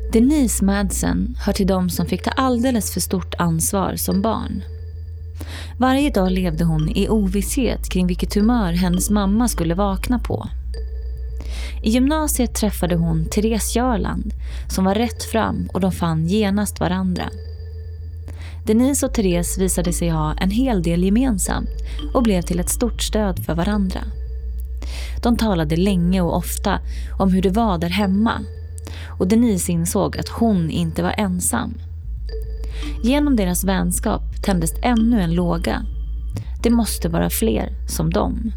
Denise Madsen hör till dem som fick ta alldeles för stort ansvar som barn. Varje dag levde hon i ovisshet kring vilket humör hennes mamma skulle vakna på. I gymnasiet träffade hon Therese Görland som var rätt fram och de fann genast varandra. Denise och Therese visade sig ha en hel del gemensamt och blev till ett stort stöd för varandra. De talade länge och ofta om hur det var där hemma och Denise insåg att hon inte var ensam. Genom deras vänskap tändes ännu en låga. Det måste vara fler som dem.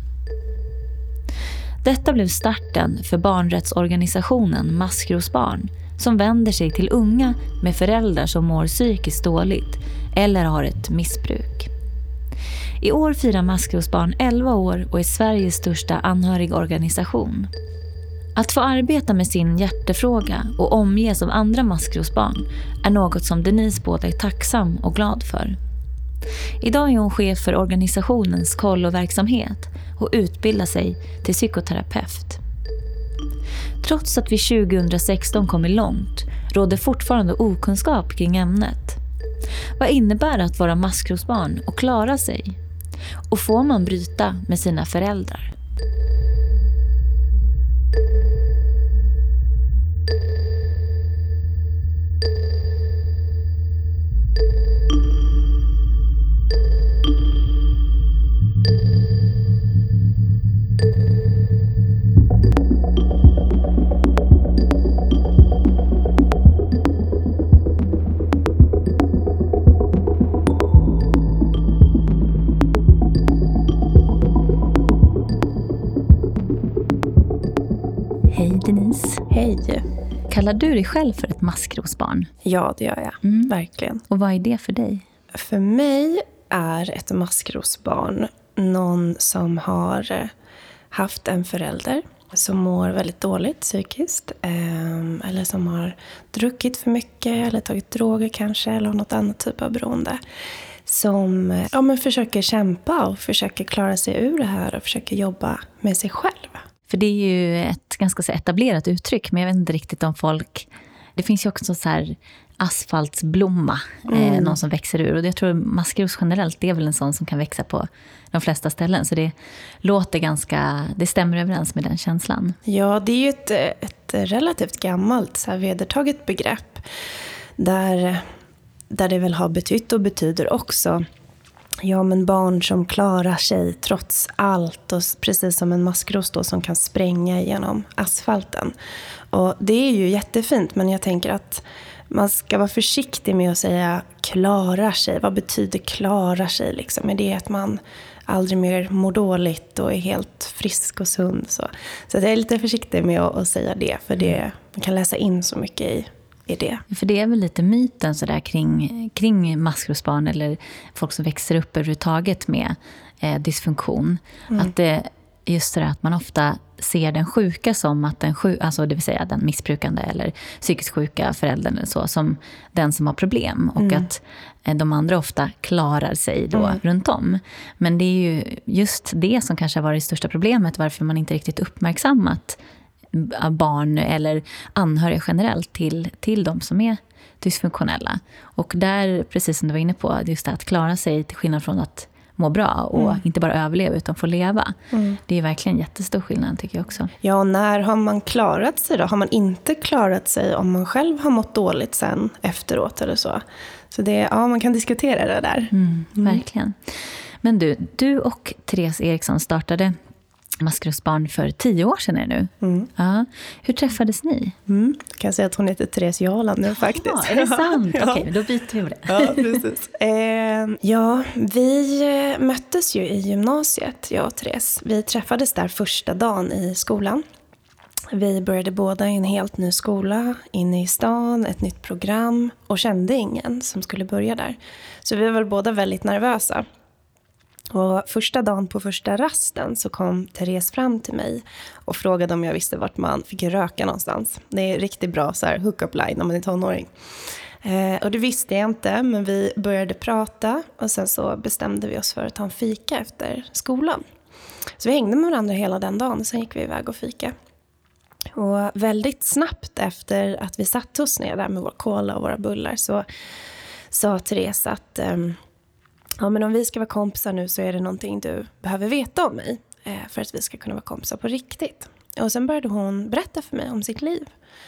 Detta blev starten för barnrättsorganisationen Maskrosbarn som vänder sig till unga med föräldrar som mår psykiskt dåligt eller har ett missbruk. I år firar Maskrosbarn 11 år och är Sveriges största anhörigorganisation. Att få arbeta med sin hjärtefråga och omges av andra maskrosbarn är något som Denise både är tacksam och glad för. Idag är hon chef för organisationens kolloverksamhet och utbildar sig till psykoterapeut. Trots att vi 2016 kommer långt råder fortfarande okunskap kring ämnet. Vad innebär det att vara maskrosbarn och klara sig? Och får man bryta med sina föräldrar? Hej Denise. Hej. Kallar du dig själv för ett maskrosbarn? Ja, det gör jag. Verkligen. Och vad är det för dig? För mig är ett maskrosbarn någon som har haft en förälder som mår väldigt dåligt psykiskt. Eller som har druckit för mycket eller tagit droger kanske. Eller något annat typ av beroende. Som försöker kämpa och försöker klara sig ur det här och försöker jobba med sig själv. För det är ju ett ganska så etablerat uttryck, men jag vet inte riktigt om folk... Det finns ju också så här asfaltsblomma, någon som växer ur. Och jag tror maskros generellt, det är väl en sån som kan växa på de flesta ställen. Så det låter ganska... Det stämmer överens med den känslan. Ja, det är ju ett relativt gammalt så här vedertaget begrepp. Där det väl har betytt och betyder också... Ja, men barn som klarar sig trots allt och precis som en maskros då som kan spränga genom asfalten. Och det är ju jättefint, men jag tänker att man ska vara försiktig med att säga klarar sig. Vad betyder klarar sig liksom? Är det att man aldrig mer mår dåligt och är helt frisk och sund? Så jag är lite försiktig med att säga det, för det, man kan läsa in så mycket i det. För det är väl lite myten så där kring maskrosbarn eller folk som växer upp överhuvudtaget med dysfunktion. Att det just det att man ofta ser den sjuka som att alltså det vill säga den missbrukande eller psykiskt sjuka föräldern eller så, som den som har problem och att de andra ofta klarar sig då runt om. Men det är ju just det som kanske har varit det största problemet, varför man inte riktigt uppmärksammat barn eller anhöriga generellt till de som är dysfunktionella. Och där, precis som du var inne på, just det att klara sig till skillnad från att må bra och inte bara överleva utan få leva. Det är verkligen jättestor skillnad tycker jag också. Ja, och när har man klarat sig då? Har man inte klarat sig om man själv har mått dåligt sen efteråt eller så? Så det, man kan diskutera det där. Verkligen. Men du och Therese Eriksson startade Maskrosbarn för 10 år sedan är det nu. Ja. Hur träffades ni? Jag kan säga att hon heter Therese Görland nu faktiskt. Ja, är det sant? Okej, då byter vi det. Ja, precis. Vi möttes ju i gymnasiet, jag och Therese. Vi träffades där första dagen i skolan. Vi började båda i en helt ny skola, inne i stan, ett nytt program och kände ingen som skulle börja där. Så vi var väl båda väldigt nervösa. Och första dagen på första rasten så kom Therese fram till mig och frågade om jag visste vart man fick röka någonstans. Det är riktigt bra så här hook-up line om man är tonåring. Och det visste jag inte, men vi började prata och sen så bestämde vi oss för att ta en fika efter skolan. Så vi hängde med varandra hela den dagen och sen gick vi iväg och fika. Och väldigt snabbt efter att vi satte oss ner där med vår cola och våra bullar så sa Therese att ja, men om vi ska vara kompisar nu så är det någonting du behöver veta om mig för att vi ska kunna vara kompisar på riktigt. Och sen började hon berätta för mig om sitt liv.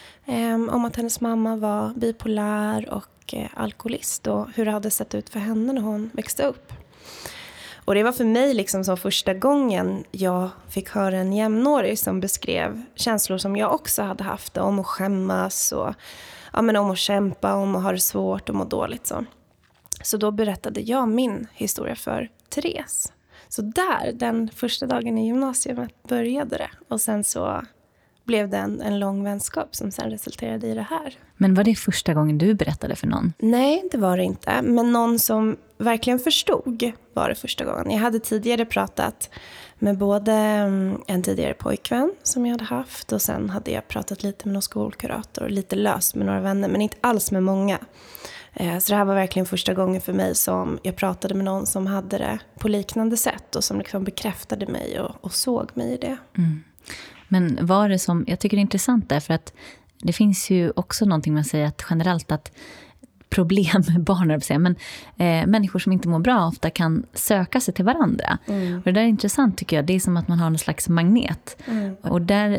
Om att hennes mamma var bipolär och alkoholist och hur det hade sett ut för henne när hon växte upp. Och det var för mig liksom som första gången jag fick höra en jämnårig som beskrev känslor som jag också hade haft. Om att skämmas och ja, men om att kämpa, om att ha det svårt och må dåligt. Så då berättade jag min historia för Therese. Så där, den första dagen i gymnasiet började det. Och sen så blev det en lång vänskap som sen resulterade i det här. Men var det första gången du berättade för någon? Nej, det var det inte. Men någon som verkligen förstod var det första gången. Jag hade tidigare pratat med både en tidigare pojkvän som jag hade haft. Och sen hade jag pratat lite med någon skolkurator och lite löst med några vänner. Men inte alls med många. Så det här var verkligen första gången för mig som jag pratade med någon som hade det på liknande sätt. Och som liksom bekräftade mig och såg mig i det. Mm. Men var det som, jag tycker det är intressant därför att det finns ju också någonting man säger att generellt att problem med barn, men människor som inte mår bra ofta kan söka sig till varandra. Och det där är intressant tycker jag. Det är som att man har någon slags magnet. Och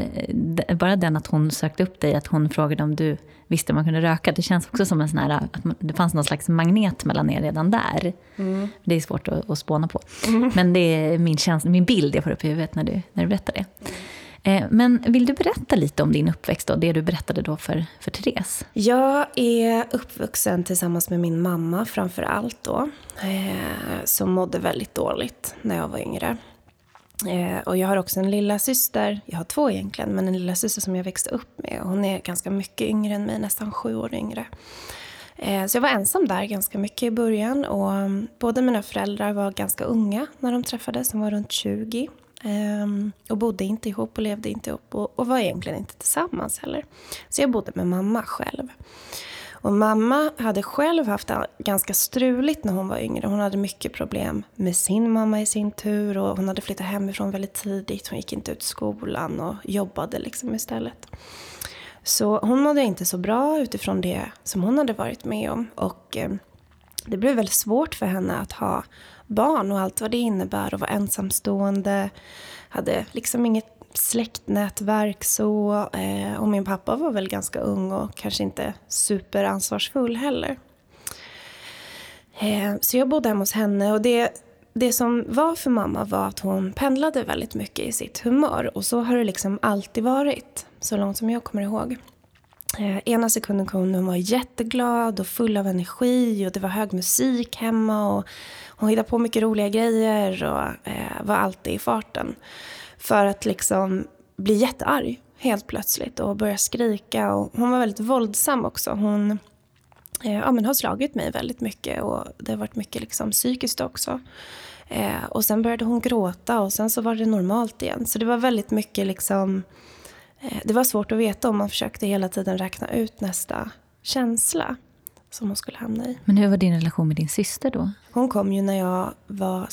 bara den att hon sökte upp dig, att hon frågade om du visste om man kunde röka, det känns också som en sån här, att det fanns någon slags magnet mellan er redan där. Det är svårt att spåna på. Men det är min bild jag får upp i huvudet när du berättar det. Men vill du berätta lite om din uppväxt då? Det du berättade då för Therese. Jag är uppvuxen tillsammans med min mamma framför allt då. Som mådde väldigt dåligt när jag var yngre. Och jag har också en lilla syster. Jag har 2 egentligen, men en lilla syster som jag växte upp med. Hon är ganska mycket yngre än mig, nästan 7 år yngre. Så jag var ensam där ganska mycket i början. Och båda mina föräldrar var ganska unga när de träffades. De var runt 20. Och bodde inte ihop och levde inte ihop och var egentligen inte tillsammans heller. Så jag bodde med mamma själv. Och mamma hade själv haft ganska struligt när hon var yngre. Hon hade mycket problem med sin mamma i sin tur. Och hon hade flyttat hemifrån väldigt tidigt. Hon gick inte ut skolan och jobbade liksom istället. Så hon mådde inte så bra utifrån det som hon hade varit med om. Och det blev väldigt svårt för henne att ha barn och allt vad det innebär att vara ensamstående. Hade liksom inget släktnätverk så. Och min pappa var väl ganska ung och kanske inte superansvarsfull heller. Så jag bodde hemma hos henne och det som var för mamma var att hon pendlade väldigt mycket i sitt humör. Och så har det liksom alltid varit, så långt som jag kommer ihåg. Ena sekunden kunde hon vara jätteglad och full av energi och det var hög musik hemma och hon hittade på mycket roliga grejer och var alltid i farten. För att liksom bli jättearg helt plötsligt och börja skrika. Och hon var väldigt våldsam också. Hon har slagit mig väldigt mycket och det har varit mycket liksom psykiskt också. Och sen började hon gråta och sen så var det normalt igen. Så det var väldigt mycket liksom... Det var svårt att veta om man försökte hela tiden räkna ut nästa känsla som hon skulle hamna i. Men hur var din relation med din syster då? Hon kom ju när jag var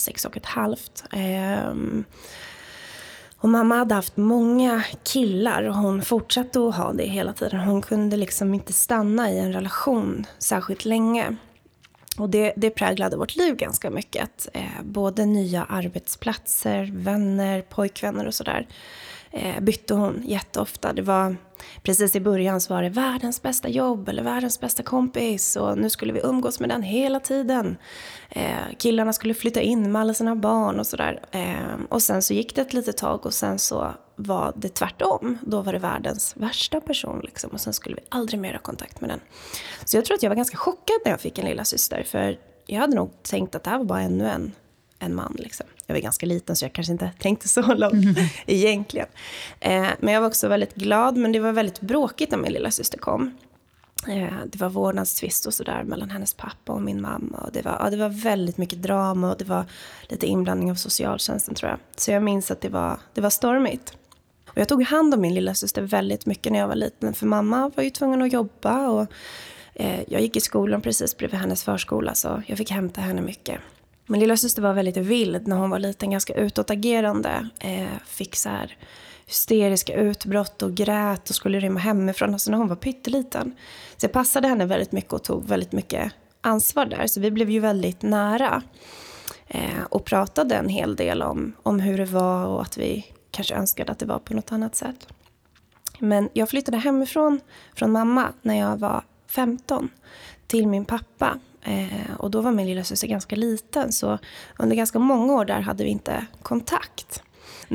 6,5. Och mamma hade haft många killar och hon fortsatte att ha det hela tiden. Hon kunde liksom inte stanna i en relation särskilt länge. Och det präglade vårt liv ganska mycket. Att, både nya arbetsplatser, vänner, pojkvänner och sådär. Bytte hon jätteofta. Det var precis i början så var det världens bästa jobb eller världens bästa kompis och nu skulle vi umgås med den hela tiden. Killarna skulle flytta in med alla sina barn och sådär. Och sen så gick det ett litet tag och sen så var det tvärtom. Då var det världens värsta person liksom och sen skulle vi aldrig mer ha kontakt med den. Så jag tror att jag var ganska chockad när jag fick en lilla syster för jag hade nog tänkt att det här var bara ännu en man liksom. Jag var ganska liten så jag kanske inte tänkte så långt egentligen. Men jag var också väldigt glad men det var väldigt bråkigt när min lilla syster kom. Det var vårdnadstvist och sådär mellan hennes pappa och min mamma. Och det var väldigt mycket drama och det var lite inblandning av socialtjänsten tror jag. Så jag minns att det var stormigt. Och jag tog hand om min lilla syster väldigt mycket när jag var liten. För mamma var ju tvungen att jobba och jag gick i skolan precis bredvid hennes förskola så jag fick hämta henne mycket. Min lilla syster var väldigt vild när hon var liten, ganska utåtagerande. Fick så här hysteriska utbrott och grät och skulle rymma hemifrån. Alltså när hon var pytteliten. Så jag passade henne väldigt mycket och tog väldigt mycket ansvar där. Så vi blev ju väldigt nära. Och pratade en hel del om hur det var och att vi kanske önskade att det var på något annat sätt. Men jag flyttade hemifrån från mamma när jag var 15 till min pappa. Och då var min lilla syster ganska liten, så under ganska många år där hade vi inte kontakt.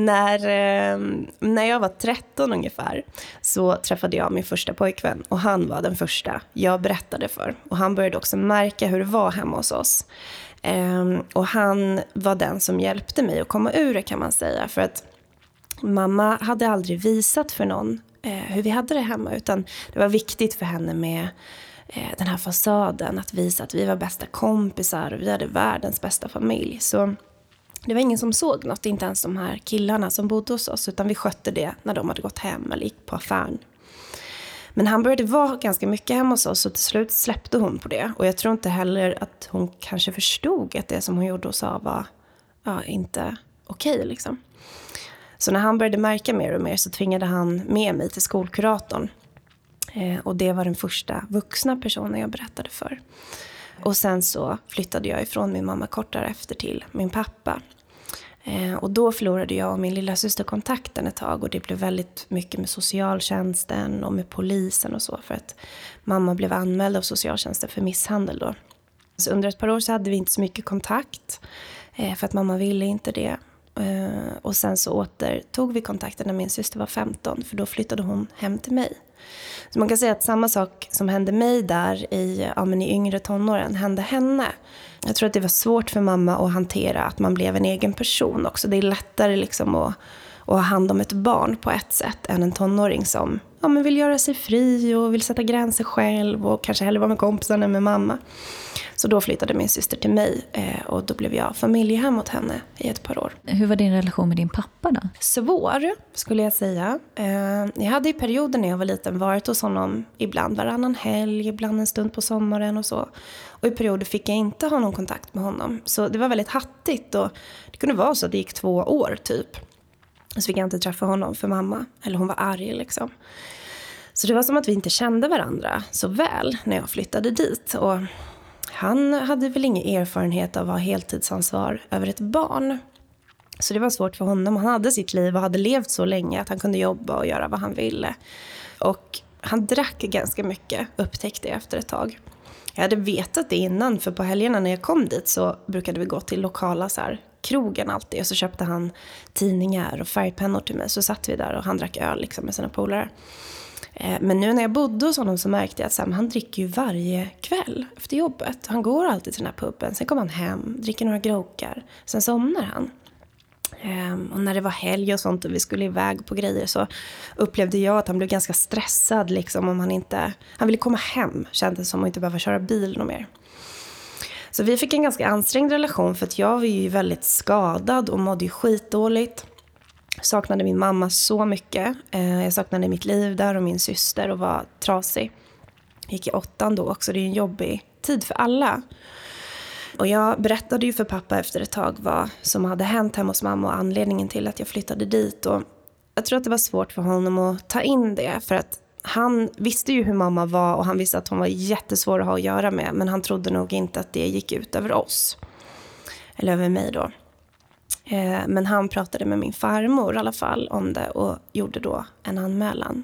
När jag var 13 ungefär så träffade jag min första pojkvän, och han var den första jag berättade för. Och han började också märka hur det var hemma hos oss. Och han var den som hjälpte mig att komma ur det, kan man säga. För att mamma hade aldrig visat för någon hur vi hade det hemma, utan det var viktigt för henne med den här fasaden, att visa att vi var bästa kompisar och vi hade världens bästa familj. Så det var ingen som såg något, inte ens de här killarna som bodde hos oss, utan vi skötte det när de hade gått hem eller gick på affären. Men han började vara ganska mycket hemma hos oss, och till slut släppte hon på det. Och jag tror inte heller att hon kanske förstod att det som hon gjorde och sa var inte okej liksom. Så när han började märka mer och mer så tvingade han med mig till skolkuratorn. Och det var den första vuxna personen jag berättade för. Och sen så flyttade jag ifrån min mamma kort därefter till min pappa. Och då förlorade jag och min lilla syster kontakten ett tag. Och det blev väldigt mycket med socialtjänsten och med polisen och så. För att mamma blev anmäld av socialtjänsten för misshandel då. Så under ett par år så hade vi inte så mycket kontakt. För att mamma ville inte det. Och sen så återtog vi kontakten när min syster var 15. För då flyttade hon hem till mig. Så man kan säga att samma sak som hände mig där i yngre tonåren hände henne. Jag tror att det var svårt för mamma att hantera att man blev en egen person också. Det är lättare liksom att ha hand om ett barn på ett sätt än en tonåring som vill göra sig fri och vill sätta gränser själv och kanske hellre vara med kompisarna än med mamma. Så då flyttade min syster till mig och då blev jag familjehem åt henne i ett par år. Hur var din relation med din pappa då? Svår, skulle jag säga. Jag hade i perioder när jag var liten varit hos honom ibland varannan helg, ibland en stund på sommaren och så. Och i perioder fick jag inte ha någon kontakt med honom. Så det var väldigt hattigt, och det kunde vara så att det gick 2 år typ. Så fick jag inte träffa honom för mamma. Eller hon var arg liksom. Så det var som att vi inte kände varandra så väl när jag flyttade dit. Och han hade väl ingen erfarenhet av att ha heltidsansvar över ett barn. Så det var svårt för honom. Han hade sitt liv och hade levt så länge att han kunde jobba och göra vad han ville. Och han drack ganska mycket, upptäckte jag efter ett tag. Jag hade vetat det innan, för på helgerna när jag kom dit så brukade vi gå till lokala krogen alltid. Och så köpte han tidningar och färgpennor till mig. Så satt vi där och han drack öl liksom med sina polare. Men nu när jag bodde hos honom så märkte jag att han dricker ju varje kväll efter jobbet. Han går alltid till den här puben. Sen kommer han hem, dricker några grokar. Sen somnar han. Och när det var helg och sånt och vi skulle iväg på grejer så upplevde jag att han blev ganska stressad liksom, om han ville komma hem, kändes som att inte behöva köra bil något mer. Så vi fick en ganska ansträngd relation, för att jag var ju väldigt skadad och mådde ju skitdåligt. Jag saknade min mamma så mycket. Jag saknade mitt liv där och min syster och var trasig. Jag gick i 8 då också, det är en jobbig tid för alla. Och jag berättade ju för pappa efter ett tag vad som hade hänt hemma hos mamma och anledningen till att jag flyttade dit. Och jag tror att det var svårt för honom att ta in det, för att han visste ju hur mamma var och han visste att hon var jättesvår att ha att göra med. Men han trodde nog inte att det gick ut över oss. Eller över mig då. Men han pratade med min farmor i alla fall om det och gjorde då en anmälan.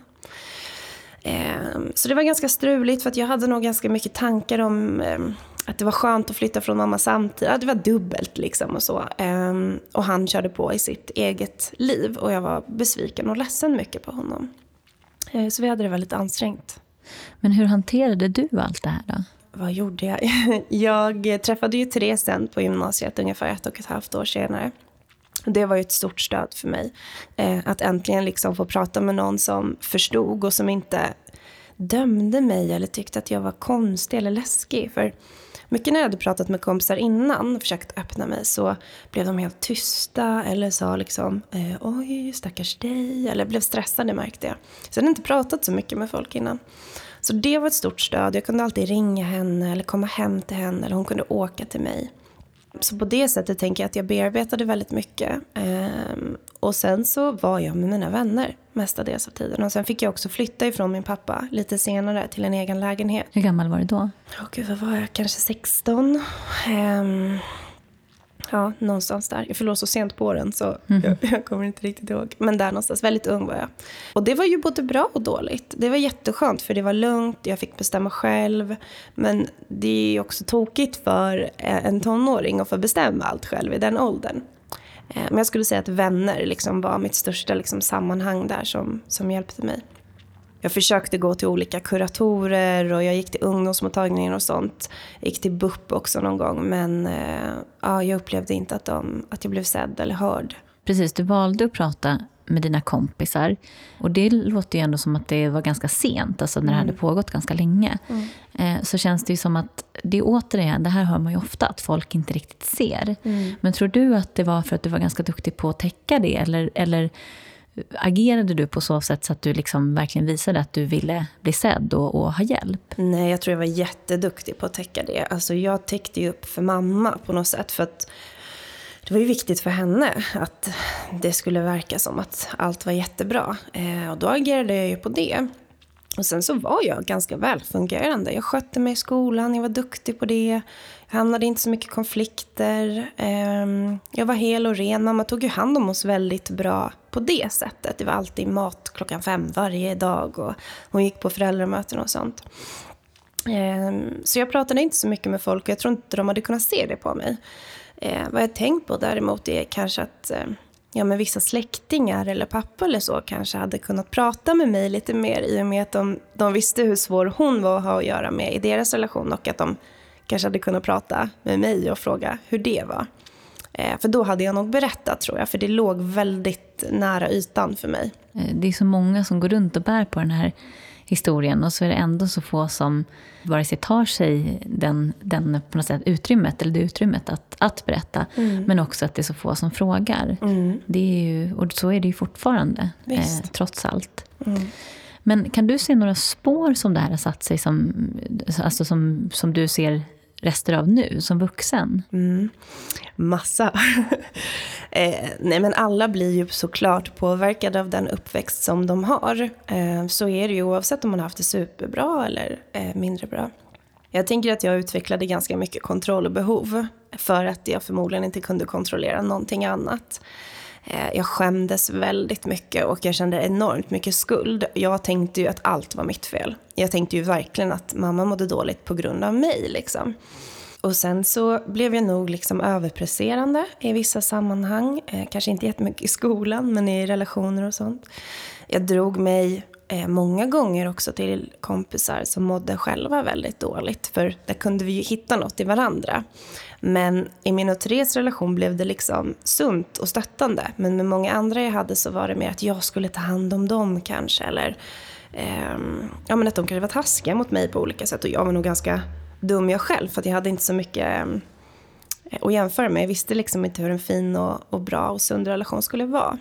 Så det var ganska struligt, för att jag hade nog ganska mycket tankar om att det var skönt att flytta från mamma samtidigt. Ja, det var dubbelt liksom och så. Och han körde på i sitt eget liv och jag var besviken och ledsen mycket på honom. Så vi hade det väldigt ansträngt. Men hur hanterade du allt det här då? Vad gjorde jag? Jag träffade ju Therese sen på gymnasiet ungefär 1,5 år senare. Det var ju ett stort stöd för mig. Att äntligen liksom få prata med någon som förstod och som inte dömde mig eller tyckte att jag var konstig eller läskig. För mycket när jag hade pratat med kompisar innan och försökt öppna mig så blev de helt tysta eller sa liksom oj, stackars dig, eller blev stressade, märkte jag. Så jag hade inte pratat så mycket med folk innan. Så det var ett stort stöd. Jag kunde alltid ringa henne eller komma hem till henne eller hon kunde åka till mig. Så på det sättet tänker jag att jag bearbetade väldigt mycket. Och sen så var jag med mina vänner mestadels av tiden. Och sen fick jag också flytta ifrån min pappa lite senare till en egen lägenhet. Hur gammal var du då? Gud, vad var jag? Kanske 16. Ja, någonstans där. Jag förlor så sent på åren så jag kommer inte riktigt ihåg. Men där någonstans, väldigt ung var jag. Och det var ju både bra och dåligt. Det var jätteskönt för det var lugnt, jag fick bestämma själv. Men det är också tokigt för en tonåring att få bestämma allt själv i den åldern. Men jag skulle säga att vänner liksom var mitt största liksom sammanhang där som hjälpte mig. Jag försökte gå till olika kuratorer och jag gick till ungdomsmottagningen och sånt. Jag gick till BUP också någon gång, men jag upplevde inte att jag blev sedd eller hörd. Precis, du valde att prata med dina kompisar och det låter ju ändå som att det var ganska sent, alltså när det hade pågått ganska länge. Så känns det ju som att det är återigen, det här hör man ju ofta, att folk inte riktigt ser. Men tror du att det var för att du var ganska duktig på att täcka det eller agerade du på så sätt så att du liksom verkligen visade att du ville bli sedd och ha hjälp? Nej, jag tror jag var jätteduktig på att täcka det. Alltså jag täckte ju upp för mamma på något sätt för att det var ju viktigt för henne att det skulle verka som att allt var jättebra. Och då agerade jag ju på det. Och sen så var jag ganska välfungerande. Jag skötte mig i skolan, jag var duktig på det. Jag hamnade inte så mycket konflikter. Jag var hel och ren. Mamma tog ju hand om oss väldigt bra på det sättet. Det var alltid mat 5:00 varje dag och hon gick på föräldramöten och sånt. Så jag pratade inte så mycket med folk och jag tror inte de hade kunnat se det på mig. Vad jag tänkt på däremot är kanske att men vissa släktingar eller pappa eller så kanske hade kunnat prata med mig lite mer i och med att de visste hur svår hon var att ha att göra med i deras relation och att de kanske hade kunnat prata med mig och fråga hur det var. För då hade jag nog berättat tror jag, för det låg väldigt nära ytan för mig. Det är så många som går runt och bär på den här historien och så är det ändå så få som vare sig tar sig den på något sätt utrymmet eller det utrymmet att berätta, men också att det är så få som frågar. Det är ju, och så är det ju fortfarande trots allt. Men kan du se några spår som det här har satt sig som du ser rester av nu som vuxen? Massa. Nej, men alla blir ju såklart påverkade av den uppväxt som de har. Så är det ju oavsett om man har haft det superbra eller mindre bra. Jag tänker att jag utvecklade ganska mycket kontrollbehov för att jag förmodligen inte kunde kontrollera någonting annat. Jag skämdes väldigt mycket och jag kände enormt mycket skuld. Jag tänkte ju att allt var mitt fel. Jag tänkte ju verkligen att mamma mådde dåligt på grund av mig liksom. Och sen så blev jag nog liksom överpresserande i vissa sammanhang. Kanske inte jättemycket i skolan men i relationer och sånt. Jag drog mig många gånger också till kompisar som mådde själva väldigt dåligt. För där kunde vi ju hitta något i varandra. Men i min och Therese relation blev det liksom sunt och stöttande. Men med många andra jag hade så var det mer att jag skulle ta hand om dem kanske. Eller men att de kanske var taskiga mot mig på olika sätt. Och jag var nog ganska dum jag själv för att jag hade inte så mycket att jämföra med. Jag visste liksom inte hur en fin och bra och sund relation skulle vara.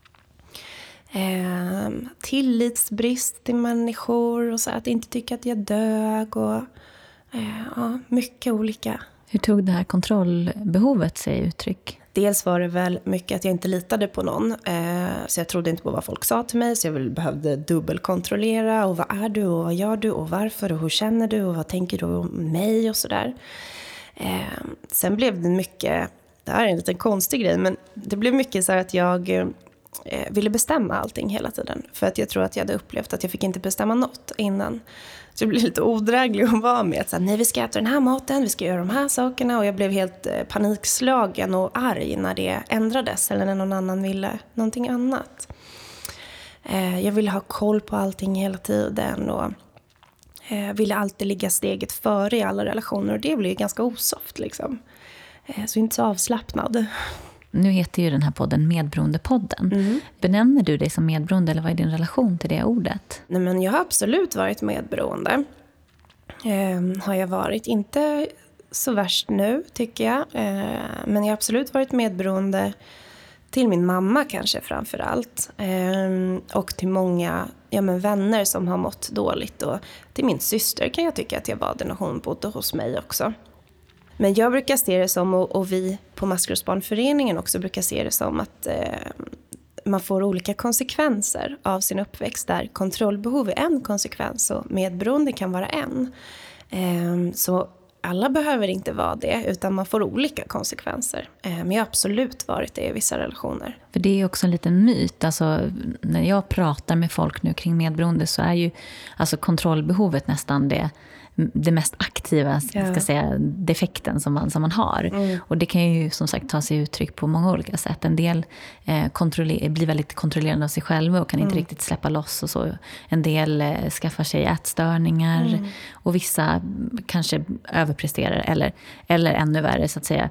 Tillitsbrist till människor och så att inte tycka att jag dög och mycket olika. Hur tog det här kontrollbehovet sig uttryck? Dels var det väl mycket att jag inte litade på någon. Så jag trodde inte på vad folk sa till mig. Så jag behövde dubbelkontrollera. Och vad är du och vad gör du och varför och hur känner du och vad tänker du om mig och sådär. Sen blev det mycket, det här är en liten konstig grej. Men det blev mycket så här att jag ville bestämma allting hela tiden. För att jag tror att jag hade upplevt att jag fick inte bestämma något innan. Så det blev lite odräglig att vara med. Så, nej, vi ska äta den här maten, vi ska göra de här sakerna. Och jag blev helt panikslagen och arg när det ändrades. Eller när någon annan ville någonting annat. Jag ville ha koll på allting hela tiden. Och ville alltid ligga steget före i alla relationer. Och det blev ju ganska osoft liksom. Så inte så avslappnad. Nu heter ju den här podden Medberoendepodden. Benämner du dig som medberoende eller vad är din relation till det ordet? Nej, men jag har absolut varit medberoende. Har jag varit. Inte så värst nu tycker jag. Men jag har absolut varit medberoende till min mamma kanske framför allt. Och till många vänner som har mått dåligt. Och till min syster kan jag tycka att jag var det när hon bodde hos mig också. Men jag brukar se det som, och vi på Maskrosbarnföreningen också brukar se det som att man får olika konsekvenser av sin uppväxt, där kontrollbehov är en konsekvens och medberoende kan vara en. Så alla behöver inte vara det, utan man får olika konsekvenser. Men jag har absolut varit det i vissa relationer. För det är också en liten myt. Alltså, när jag pratar med folk nu kring medberoende så är ju alltså kontrollbehovet nästan det mest aktiva ska säga, defekten som man har. Och det kan ju som sagt ta sig uttryck på många olika sätt. En del blir väldigt kontrollerande av sig själva och kan inte riktigt släppa loss och så. En del skaffar sig ätstörningar och vissa kanske överpresterar eller ännu värre så att säga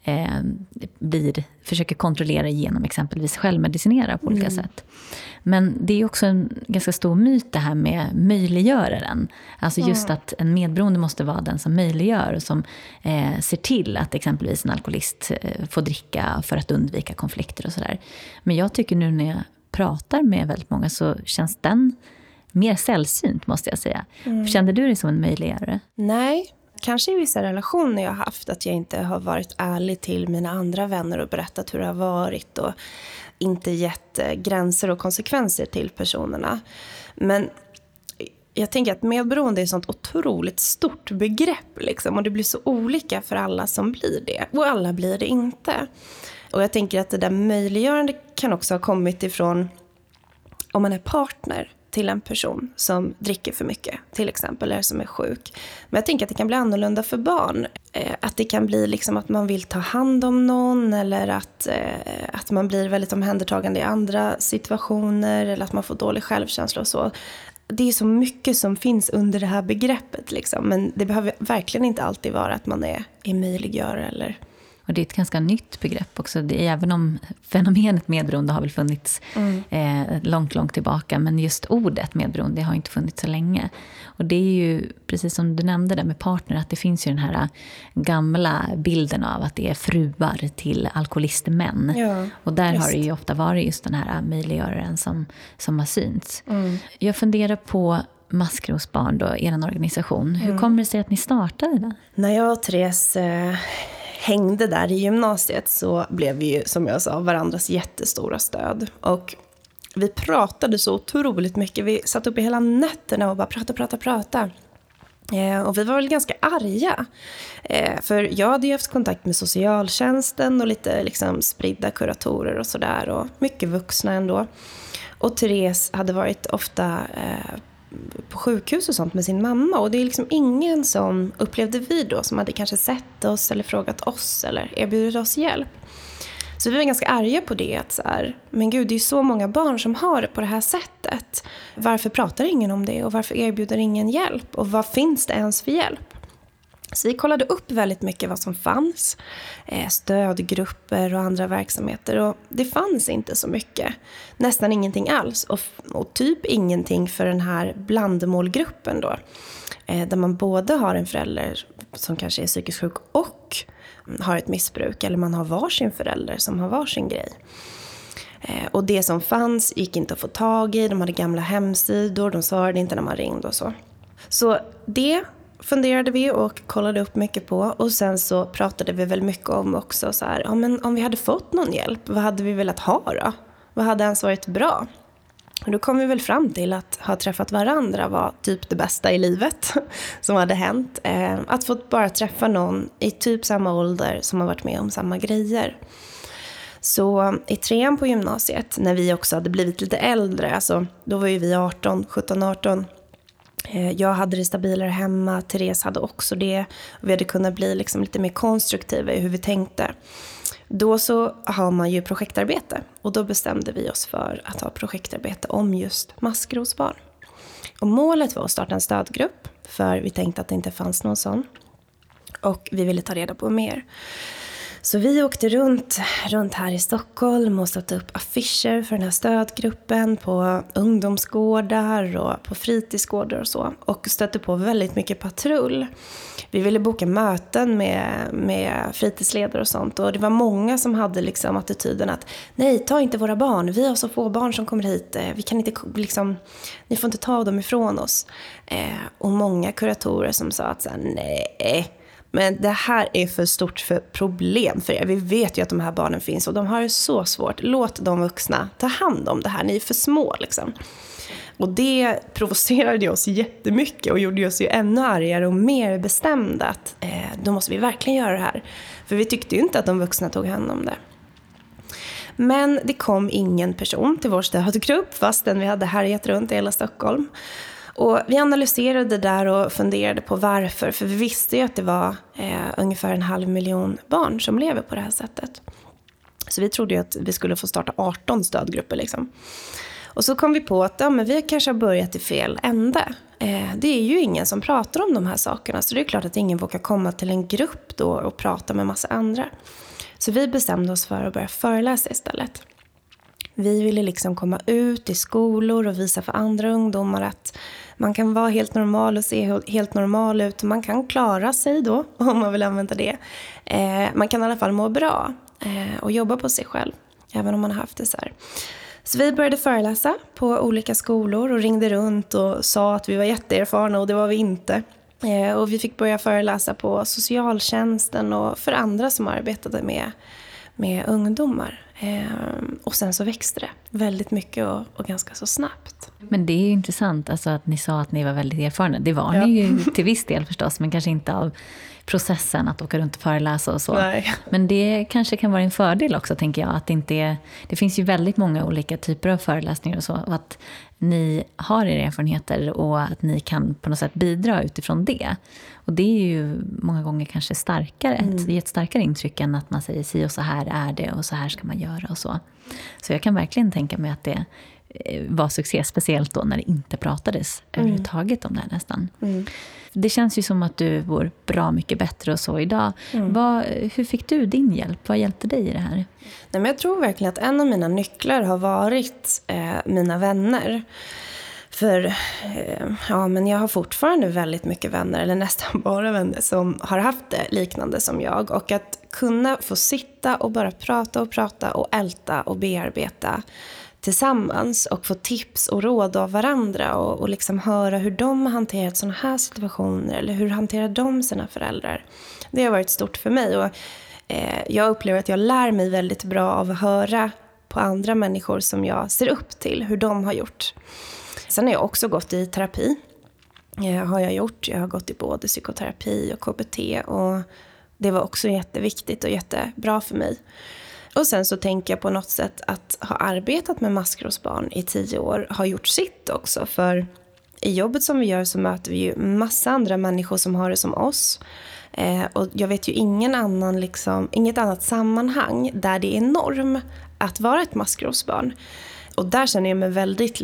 försöker kontrollera genom exempelvis självmedicinera på olika sätt. Men det är också en ganska stor myt det här med möjliggöraren. Alltså just att en medberoende måste vara den som möjliggör och som ser till att exempelvis en alkoholist får dricka för att undvika konflikter och sådär. Men jag tycker nu när jag pratar med väldigt många så känns den mer sällsynt, måste jag säga. Kände du dig som en möjliggörare? Nej, kanske i vissa relationer jag har haft att jag inte har varit ärlig till mina andra vänner och berättat hur det har varit och inte gett gränser och konsekvenser till personerna. Men jag tänker att medberoende är ett sånt otroligt stort begrepp liksom, och det blir så olika för alla som blir det och alla blir det inte. Och jag tänker att det där möjliggörande kan också ha kommit ifrån om man är partner till en person som dricker för mycket till exempel, eller som är sjuk. Men jag tänker att det kan bli annorlunda för barn. Att det kan bli liksom att man vill ta hand om någon, eller att man blir väldigt omhändertagande i andra situationer, eller att man får dålig självkänsla och så. Det är så mycket som finns under det här begreppet liksom. Men det behöver verkligen inte alltid vara att man är möjliggörare eller... Och det är ett ganska nytt begrepp också. Även om fenomenet medberoende har väl funnits långt tillbaka. Men just ordet medberoende har inte funnits så länge. Och det är ju, precis som du nämnde där med partner, att det finns ju den här gamla bilden av att det är fruar till alkoholistmän. Ja, och där har det ju ofta varit just den här möjliggöraren som har synts. Jag funderar på Maskrosbarn då, er organisation. Hur kommer det sig att ni startade den? När jag och Therese hängde där i gymnasiet så blev vi ju, som jag sa, varandras jättestora stöd. Och vi pratade så otroligt mycket. Vi satt upp i hela nätterna och bara prata. Och vi var väl ganska arga. För jag hade ju haft kontakt med socialtjänsten och lite liksom spridda kuratorer och sådär. Och mycket vuxna ändå. Och Therese hade varit ofta på sjukhus och sånt med sin mamma. Och det är liksom ingen som upplevde vi då som hade kanske sett oss eller frågat oss eller erbjudit oss hjälp. Så vi var ganska arga på det. Att så här, men gud, det är så många barn som har det på det här sättet. Varför pratar ingen om det? Och varför erbjuder ingen hjälp? Och vad finns det ens för hjälp? Så vi kollade upp väldigt mycket vad som fanns. Stödgrupper och andra verksamheter. Och det fanns inte så mycket. Nästan ingenting alls. Och typ ingenting för den här blandmålgruppen då. Där man både har en förälder som kanske är psykiskt sjuk och har ett missbruk. Eller man har varsin förälder som har varsin grej. Och det som fanns gick inte att få tag i. De hade gamla hemsidor. De svarade inte när man ringde och så. Så det funderade vi och kollade upp mycket på. Och sen så pratade vi väl mycket om också så här, ja, men om vi hade fått någon hjälp, vad hade vi velat ha då? Vad hade ens varit bra? Och då kom vi väl fram till att ha träffat varandra var typ det bästa i livet som hade hänt. Att få bara träffa någon i typ samma ålder som har varit med om samma grejer. Så i 3:an på gymnasiet, när vi också hade blivit lite äldre, alltså då var ju vi 17-18. Jag hade det stabilare hemma, Therese hade också det. Vi hade kunnat bli liksom lite mer konstruktiva i hur vi tänkte. Då så har man ju projektarbete. Och då bestämde vi oss för att ha projektarbete om just maskrosbarn. Och målet var att starta en stödgrupp. För vi tänkte att det inte fanns någon sån. Och vi ville ta reda på mer. Så vi åkte runt här i Stockholm och satte upp affischer för den här stödgruppen på ungdomsgårdar och på fritidsgårdar och så. Och stötte på väldigt mycket patrull. Vi ville boka möten med fritidsledare och sånt. Och det var många som hade liksom attityden att nej, ta inte våra barn. Vi har så få barn som kommer hit. Vi kan inte liksom, ni får inte ta dem ifrån oss. Och många kuratorer som sa att så här, nej, Men det här är för stort för problem för er. Vi vet ju att de här barnen finns och de har det så svårt. Låt de vuxna ta hand om det här. Ni är för små liksom. Och det provocerade oss jättemycket och gjorde oss ju ännu argare och mer bestämda att då måste vi verkligen göra det här. För vi tyckte ju inte att de vuxna tog hand om det. Men det kom ingen person till vår stödgrupp fastän vi hade härjat runt i hela Stockholm. Och vi analyserade det där och funderade på varför. För vi visste ju att det var ungefär 500 000 barn som lever på det här sättet. Så vi trodde ju att vi skulle få starta 18 stödgrupper liksom. Och så kom vi på att men vi kanske har börjat i fel ände. Det är ju ingen som pratar om de här sakerna. Så det är klart att ingen vågar komma till en grupp då och prata med massa andra. Så vi bestämde oss för att börja föreläsa istället. Vi ville liksom komma ut i skolor och visa för andra ungdomar att man kan vara helt normal och se helt normal ut. Man kan klara sig då, om man vill använda det. Man kan i alla fall må bra och jobba på sig själv, även om man har haft det så här. Så vi började föreläsa på olika skolor och ringde runt och sa att vi var jätteerfarna och det var vi inte. Och vi fick börja föreläsa på socialtjänsten och för andra som arbetade med ungdomar. Och sen så växte det väldigt mycket och ganska så snabbt. Men det är ju intressant alltså att ni sa att ni var väldigt erfarna. Det var ni ju till viss del förstås, men kanske inte av processen att åka runt och föreläsa och så. Nej. Men det kanske kan vara en fördel också, tänker jag. Att det finns ju väldigt många olika typer av föreläsningar och så. Och att ni har era erfarenheter och att ni kan på något sätt bidra utifrån det. Och det är ju många gånger kanske starkare. Det är ett starkare intryck än att man säger si och så här är det och så här ska man göra och så. Så jag kan verkligen tänka mig att det var succé, speciellt då när det inte pratades överhuvudtaget om det här nästan. Det känns ju som att du vore bra mycket bättre och så idag. Hur fick du din hjälp? Vad hjälpte dig i det här? Nej, men jag tror verkligen att en av mina nycklar har varit mina vänner. För men jag har fortfarande väldigt mycket vänner, eller nästan bara vänner, som har haft det liknande som jag. Och att kunna få sitta och bara prata och älta och bearbeta tillsammans och få tips och råd av varandra och liksom höra hur de har hanterat såna här situationer eller hur hanterar de sina föräldrar. Det har varit stort för mig och jag upplever att jag lär mig väldigt bra av att höra på andra människor som jag ser upp till, hur de har gjort. Sen har jag också gått i terapi. Jag har gått i både psykoterapi och KBT och det var också jätteviktigt och jättebra för mig. Och sen så tänker jag på något sätt att ha arbetat med maskrosbarn i 10 år har gjort sitt också. För i jobbet som vi gör så möter vi ju massa andra människor som har det som oss. Och jag vet ju inget annat sammanhang där det är norm att vara ett maskrosbarn. Och där känner jag mig väldigt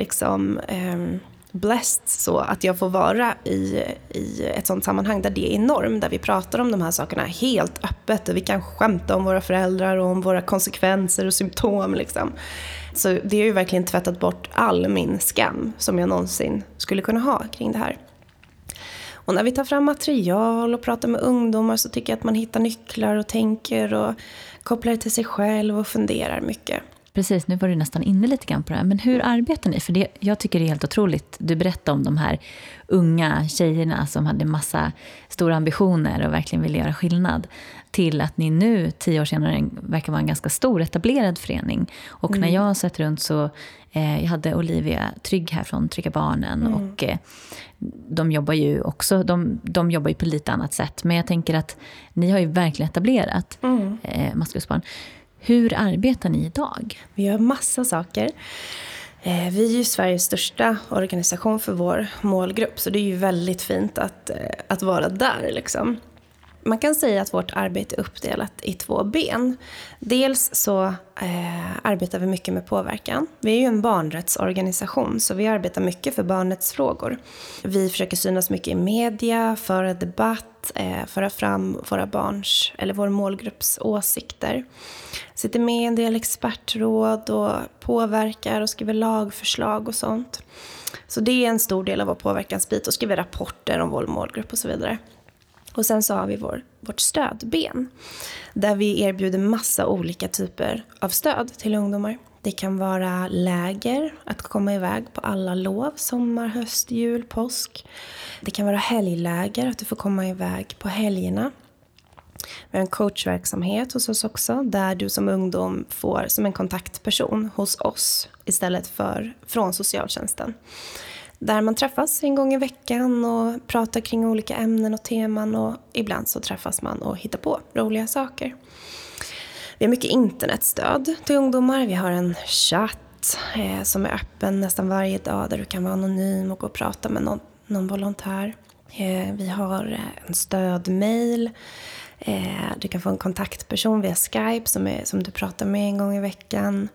blessed så att jag får vara i ett sånt sammanhang där det är norm, där vi pratar om de här sakerna helt öppet och vi kan skämta om våra föräldrar och om våra konsekvenser och symptom liksom. Så det har ju verkligen tvättat bort all min skam som jag någonsin skulle kunna ha kring det här. Och när vi tar fram material och pratar med ungdomar så tycker jag att man hittar nycklar och tänker och kopplar det till sig själv och funderar mycket. Precis, nu var du nästan inne lite grann på det här. Men hur arbetar ni? För jag tycker det är helt otroligt. Du berättade om de här unga tjejerna som hade massa stora ambitioner och verkligen ville göra skillnad. Till att ni nu, 10 år senare, verkar vara en ganska stor etablerad förening. Och när jag har sett runt så, jag hade Olivia Trygg här från Trygga Barnen. Och de jobbar ju också, de jobbar ju på lite annat sätt. Men jag tänker att ni har ju verkligen etablerat maskrosbarn. Hur arbetar ni idag? Vi gör massa saker. Vi är ju Sveriges största organisation för vår målgrupp. Så det är ju väldigt fint att vara där liksom. Man kan säga att vårt arbete är uppdelat i 2 ben. Dels så arbetar vi mycket med påverkan. Vi är ju en barnrättsorganisation så vi arbetar mycket för barnets frågor. Vi försöker synas mycket i media, föra debatt, föra fram vår målgrupps åsikter. Sitter med i en del expertråd och påverkar och skriver lagförslag och sånt. Så det är en stor del av vår påverkansbit och skriver rapporter om vår målgrupp och så vidare. Och sen så har vi vårt stödben där vi erbjuder massa olika typer av stöd till ungdomar. Det kan vara läger, att komma iväg på alla lov, sommar, höst, jul, påsk. Det kan vara helgläger, att du får komma iväg på helgerna. Vi har en coachverksamhet hos oss också, där du som ungdom får som en kontaktperson hos oss istället för från socialtjänsten. Där man träffas en gång i veckan och pratar kring olika ämnen och teman, och ibland så träffas man och hittar på roliga saker. Vi har mycket internetstöd till ungdomar. Vi har en chatt som är öppen nästan varje dag, där du kan vara anonym och gå och prata med någon volontär. Vi har en stödmail. Du kan få en kontaktperson via Skype som du pratar med en gång i veckan.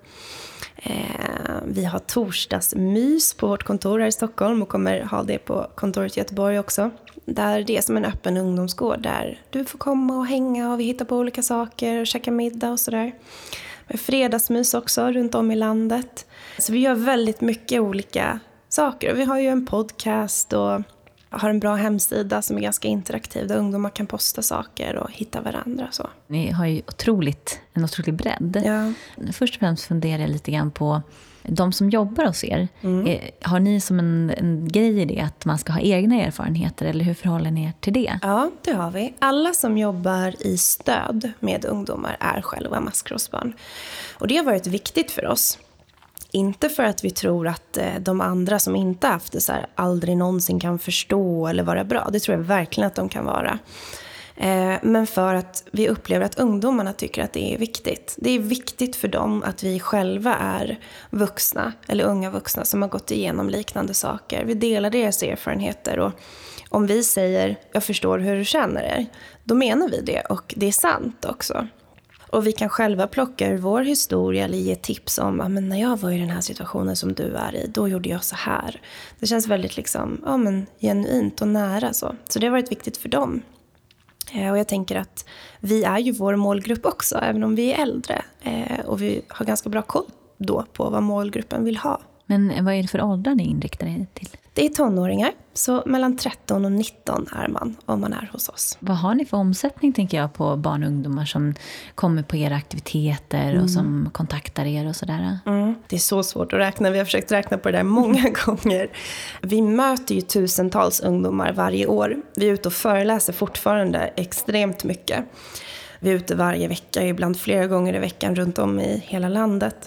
Vi har torsdagsmys på vårt kontor här i Stockholm och kommer ha det på kontoret i Göteborg också. Där det är som en öppen ungdomsgård där du får komma och hänga och vi hittar på olika saker och käka middag och sådär. Vi har fredagsmys också runt om i landet. Så vi gör väldigt mycket olika saker. Och vi har ju en podcast och har en bra hemsida som är ganska interaktiv, där ungdomar kan posta saker och hitta varandra. Så. Ni har ju en otrolig bredd. Ja. Först och främst funderar jag lite grann på de som jobbar hos er. Har ni som en grej i det att man ska ha egna erfarenheter, eller hur förhåller ni er till det? Ja, det har vi. Alla som jobbar i stöd med ungdomar är själva maskrosbarn. Och det har varit viktigt för oss. Inte för att vi tror att de andra som inte haft det så här aldrig någonsin kan förstå eller vara bra. Det tror jag verkligen att de kan vara. Men för att vi upplever att ungdomarna tycker att det är viktigt. Det är viktigt för dem att vi själva är vuxna eller unga vuxna som har gått igenom liknande saker. Vi delar deras erfarenheter, och om vi säger jag förstår hur du känner dig, då menar vi det, och det är sant också. Och vi kan själva plocka ur vår historia eller ge tips om men när jag var i den här situationen som du är i, då gjorde jag så här. Det känns väldigt genuint och nära så. Så det har varit viktigt för dem. Och jag tänker att vi är ju vår målgrupp också, även om vi är äldre. Och vi har ganska bra koll då på vad målgruppen vill ha. Men vad är det för åldrar ni inriktar er till? Det är tonåringar, så mellan 13 och 19 är man om man är hos oss. Vad har ni för omsättning, tänker jag, på barn och ungdomar som kommer på era aktiviteter och som kontaktar er och sådär? Det är så svårt att räkna. Vi har försökt räkna på det där många gånger. Vi möter ju tusentals ungdomar varje år. Vi är ute och föreläser fortfarande extremt mycket. Vi är ute varje vecka, ibland flera gånger i veckan runt om i hela landet.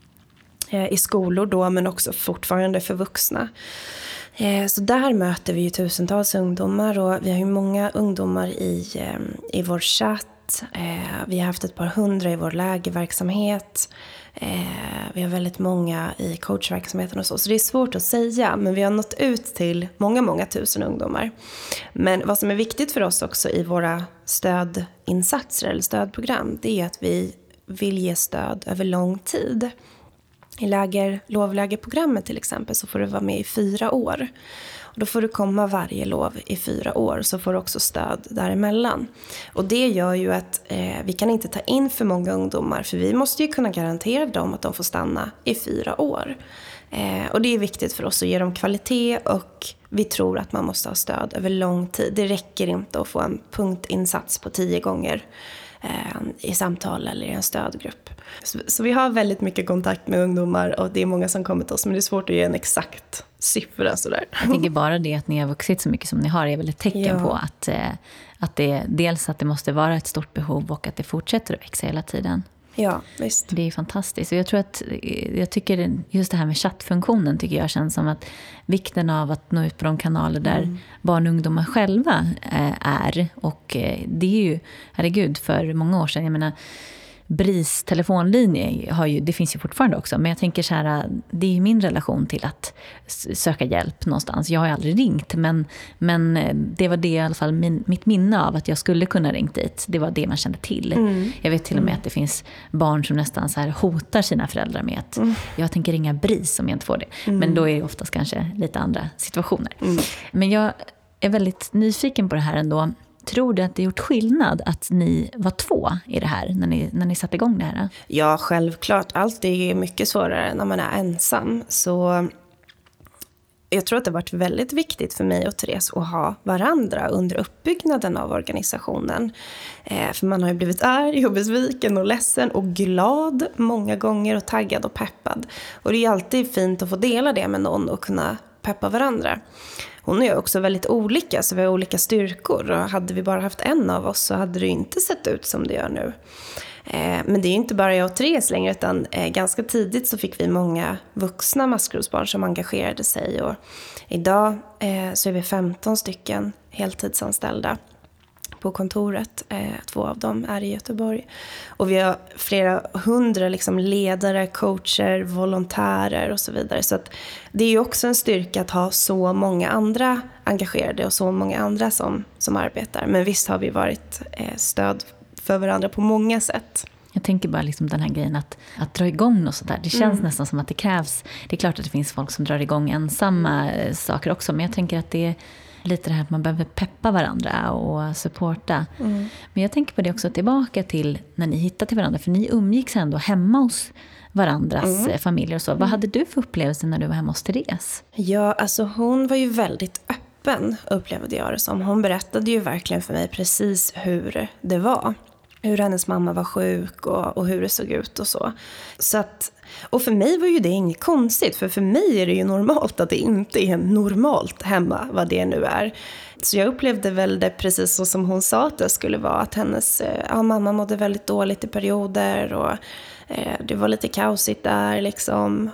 I skolor då, men också fortfarande för vuxna. Så där möter vi ju tusentals ungdomar, och vi har ju många ungdomar i vår chatt. Vi har haft ett par hundra i vår lägerverksamhet. Vi har väldigt många i coachverksamheten och så det är svårt att säga, men vi har nått ut till många tusen ungdomar. Men vad som är viktigt för oss också i våra stödinsatser eller stödprogram, det är att vi vill ge stöd över lång tid. I lovlägerprogrammet till exempel så får du vara med i 4 år. Och då får du komma varje lov i 4 år, så får du också stöd däremellan. Och det gör ju att vi kan inte ta in för många ungdomar, för vi måste ju kunna garantera dem att de får stanna i 4 år. Och det är viktigt för oss att ge dem kvalitet, och vi tror att man måste ha stöd över lång tid. Det räcker inte att få en punktinsats på 10 gånger i samtal eller i en stödgrupp. Så vi har väldigt mycket kontakt med ungdomar, och det är många som kommer till oss, men det är svårt att ge en exakt siffra sådär. Jag tänker bara det att ni har vuxit så mycket som ni har är väl ett tecken på att det dels att det måste vara ett stort behov och att det fortsätter att växa hela tiden. Ja, visst. Det är fantastiskt. Och jag tycker just det här med chattfunktionen tycker jag känns som att vikten av att nå ut på de kanaler där barn och ungdomar själva är. Och det är ju, herregud, för många år sedan, jag menar, BRIS telefonlinje det finns ju fortfarande också, men jag tänker så här, det är ju min relation till att söka hjälp någonstans. Jag har ju aldrig ringt, men det var det i alla fall mitt minne av att jag skulle kunna ringt dit. Det var det man kände till. Jag vet till och med att det finns barn som nästan så här hotar sina föräldrar med att jag tänker ringa BRIS om jag inte får det. Men då är det oftast kanske lite andra situationer. Men jag är väldigt nyfiken på det här ändå. Tror du att det gjort skillnad att ni var 2 i det här när ni satte igång det här? Ja, självklart. Allt är mycket svårare när man är ensam. Så jag tror att det har varit väldigt viktigt för mig och Therese att ha varandra under uppbyggnaden av organisationen. För man har ju blivit arg och besviken och ledsen och glad många gånger, och taggad och peppad. Och det är alltid fint att få dela det med någon och kunna peppa varandra. hon är också väldigt olika, så vi har olika styrkor. Och hade vi bara haft en av oss så hade det inte sett ut som det gör nu. Men det är inte bara jag och Therese längre, utan ganska tidigt så fick vi många vuxna maskrosbarn som engagerade sig. Och idag så är vi 15 stycken heltidsanställda på kontoret. 2 av dem är i Göteborg. Och vi har flera hundra liksom ledare, coacher, volontärer och så vidare. Så att det är ju också en styrka att ha så många andra engagerade och så många andra som arbetar. Men visst har vi varit stöd för varandra på många sätt. Jag tänker bara liksom den här grejen att dra igång och sådär. Det känns nästan som att det krävs. Det är klart att det finns folk som drar igång ensamma saker också. Men jag tänker att det är lite det här att man behöver peppa varandra och supporta. Men jag tänker på det också tillbaka till när ni hittade till varandra. För ni umgicks ändå hemma hos varandras familjer och så. Vad hade du för upplevelse när du var hemma hos Therese? Ja, alltså hon var ju väldigt öppen, upplevde jag det som. Hon berättade ju verkligen för mig precis hur det var. Hur hennes mamma var sjuk och hur det såg ut och så. Så att, och för mig var ju det inget konstigt. För mig är det ju normalt att det inte är normalt hemma, vad det nu är. Så jag upplevde väl det precis så som hon sa att det skulle vara. Att hennes mamma mådde väldigt dåligt i perioder. Och det var lite kaosigt där liksom.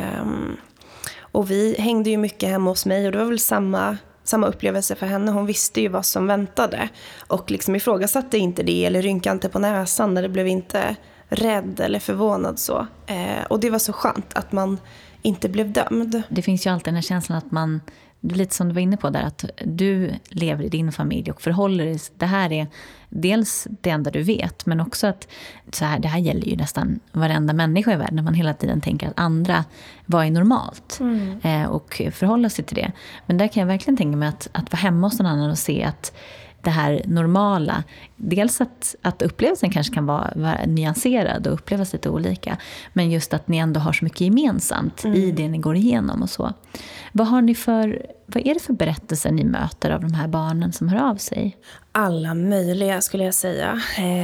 Och vi hängde ju mycket hemma hos mig. Och det var väl samma upplevelse för henne. Hon visste ju vad som väntade. Och liksom ifrågasatte inte det eller rynkade inte på näsan. När det blev inte rädd eller förvånad så. Och det var så skönt att man inte blev dömd. Det finns ju alltid den här känslan att man, lite som du var inne på där, att du lever i din familj och förhåller dig. Det här är dels det enda du vet, men också att så här, det här gäller ju nästan varenda människa i världen. När man hela tiden tänker att andra, vad är normalt? Och förhålla sig till det. Men där kan jag verkligen tänka mig att vara hemma hos någon annan och se att det här normala, dels att upplevelsen kanske kan vara nyanserad och upplevas lite olika, men just att ni ändå har så mycket gemensamt i det ni går igenom och så. Vad är det för berättelser ni möter av de här barnen som hör av sig? Alla möjliga skulle jag säga.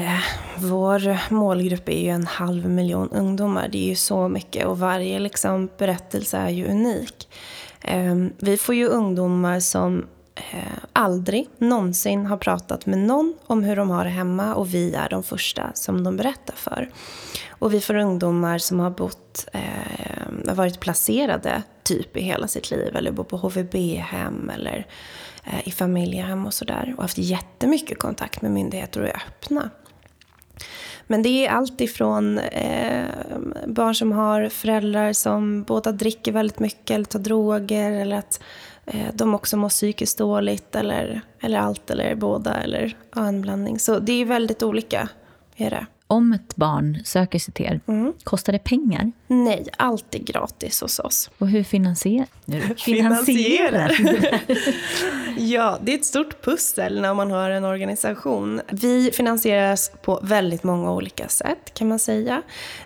Vår målgrupp är ju 500 000 ungdomar. Det är ju så mycket och varje liksom berättelse är ju unik. Vi får ju ungdomar som aldrig någonsin har pratat med någon om hur de har det hemma, och vi är de första som de berättar för. Och vi får ungdomar som har varit placerade typ i hela sitt liv, eller bor på HVB-hem eller i familjehem och sådär, och haft jättemycket kontakt med myndigheter och är öppna. Men det är allt ifrån barn som har föräldrar som båda dricker väldigt mycket eller tar droger, eller att de också mår psykiskt dåligt, eller allt, eller båda, eller en blandning. Så det är väldigt olika, är det. Om ett barn söker sig till er, kostar det pengar? Nej, allt är gratis hos oss. Och hur finansierar? Ja, det är ett stort pussel när man har en organisation. Vi finansieras på väldigt många olika sätt, kan man säga.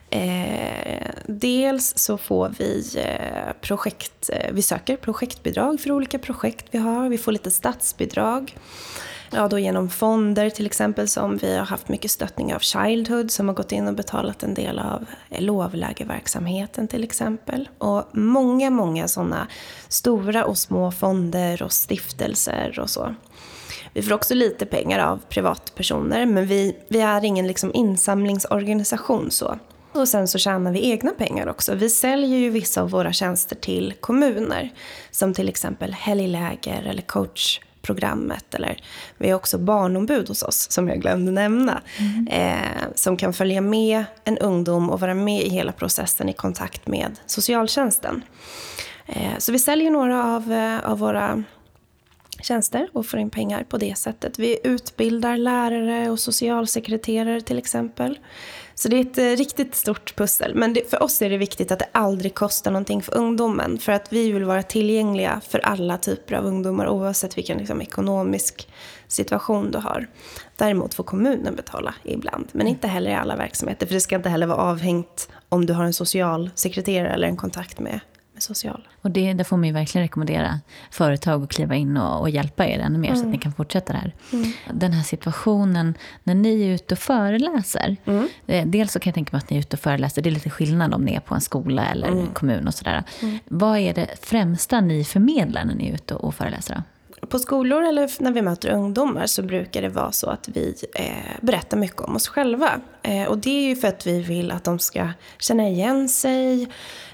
Dels så får vi vi söker projektbidrag för olika projekt vi har. Vi får lite statsbidrag. Ja, då genom fonder till exempel, som vi har haft mycket stöttning av Childhood, som har gått in och betalat en del av lovlägerverksamheten till exempel. Och många sådana stora och små fonder och stiftelser och så. Vi får också lite pengar av privatpersoner, men vi är ingen liksom insamlingsorganisation så. Och sen så tjänar vi egna pengar också. Vi säljer ju vissa av våra tjänster till kommuner, som till exempel helgläger eller coachprogrammet, eller vi har också barnombud hos oss, som jag glömde nämna, som kan följa med en ungdom och vara med i hela processen i kontakt med socialtjänsten. Så vi säljer några av våra tjänster och får in pengar på det sättet. Vi utbildar lärare och socialsekreterare till exempel. Så det är ett riktigt stort pussel. Men för oss är det viktigt att det aldrig kostar någonting för ungdomen. För att vi vill vara tillgängliga för alla typer av ungdomar, oavsett vilken liksom ekonomisk situation du har. Däremot får kommunen betala ibland, men inte heller i alla verksamheter. För det ska inte heller vara avhängt om du har en socialsekreterare eller en kontakt med med social. Och det får man ju verkligen rekommendera företag att kliva in och hjälpa er ännu mer så att ni kan fortsätta det här. Den här situationen när ni är ute och föreläser. Dels så kan jag tänka mig att ni är ute och föreläser. Det är lite skillnad om ni är på en skola eller kommun och sådär. Vad är det främsta ni förmedlar när ni är ute och föreläser då? På skolor eller när vi möter ungdomar så brukar det vara så att vi berättar mycket om oss själva. Och det är ju för att vi vill att de ska känna igen sig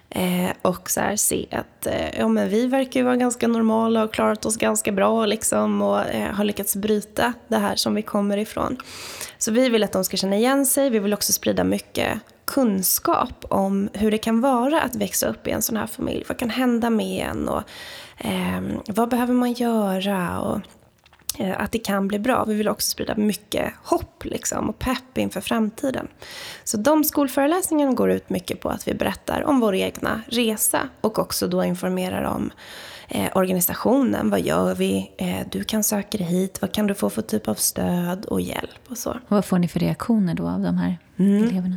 och så här se att men vi verkar ju vara ganska normala och klarat oss ganska bra liksom, och har lyckats bryta det här som vi kommer ifrån. Så vi vill att de ska känna igen sig. Vi vill också sprida mycket kunskap om hur det kan vara att växa upp i en sån här familj. Vad kan hända med en och vad behöver man göra och att det kan bli bra. Vi vill också sprida mycket hopp liksom, och pepp inför framtiden. Så de skolföreläsningarna går ut mycket på att vi berättar om vår egna resa och också då informerar om organisationen. Vad gör vi? Du kan söka dig hit. Vad kan du få för typ av stöd och hjälp och så. Och vad får ni för reaktioner då av de här eleverna?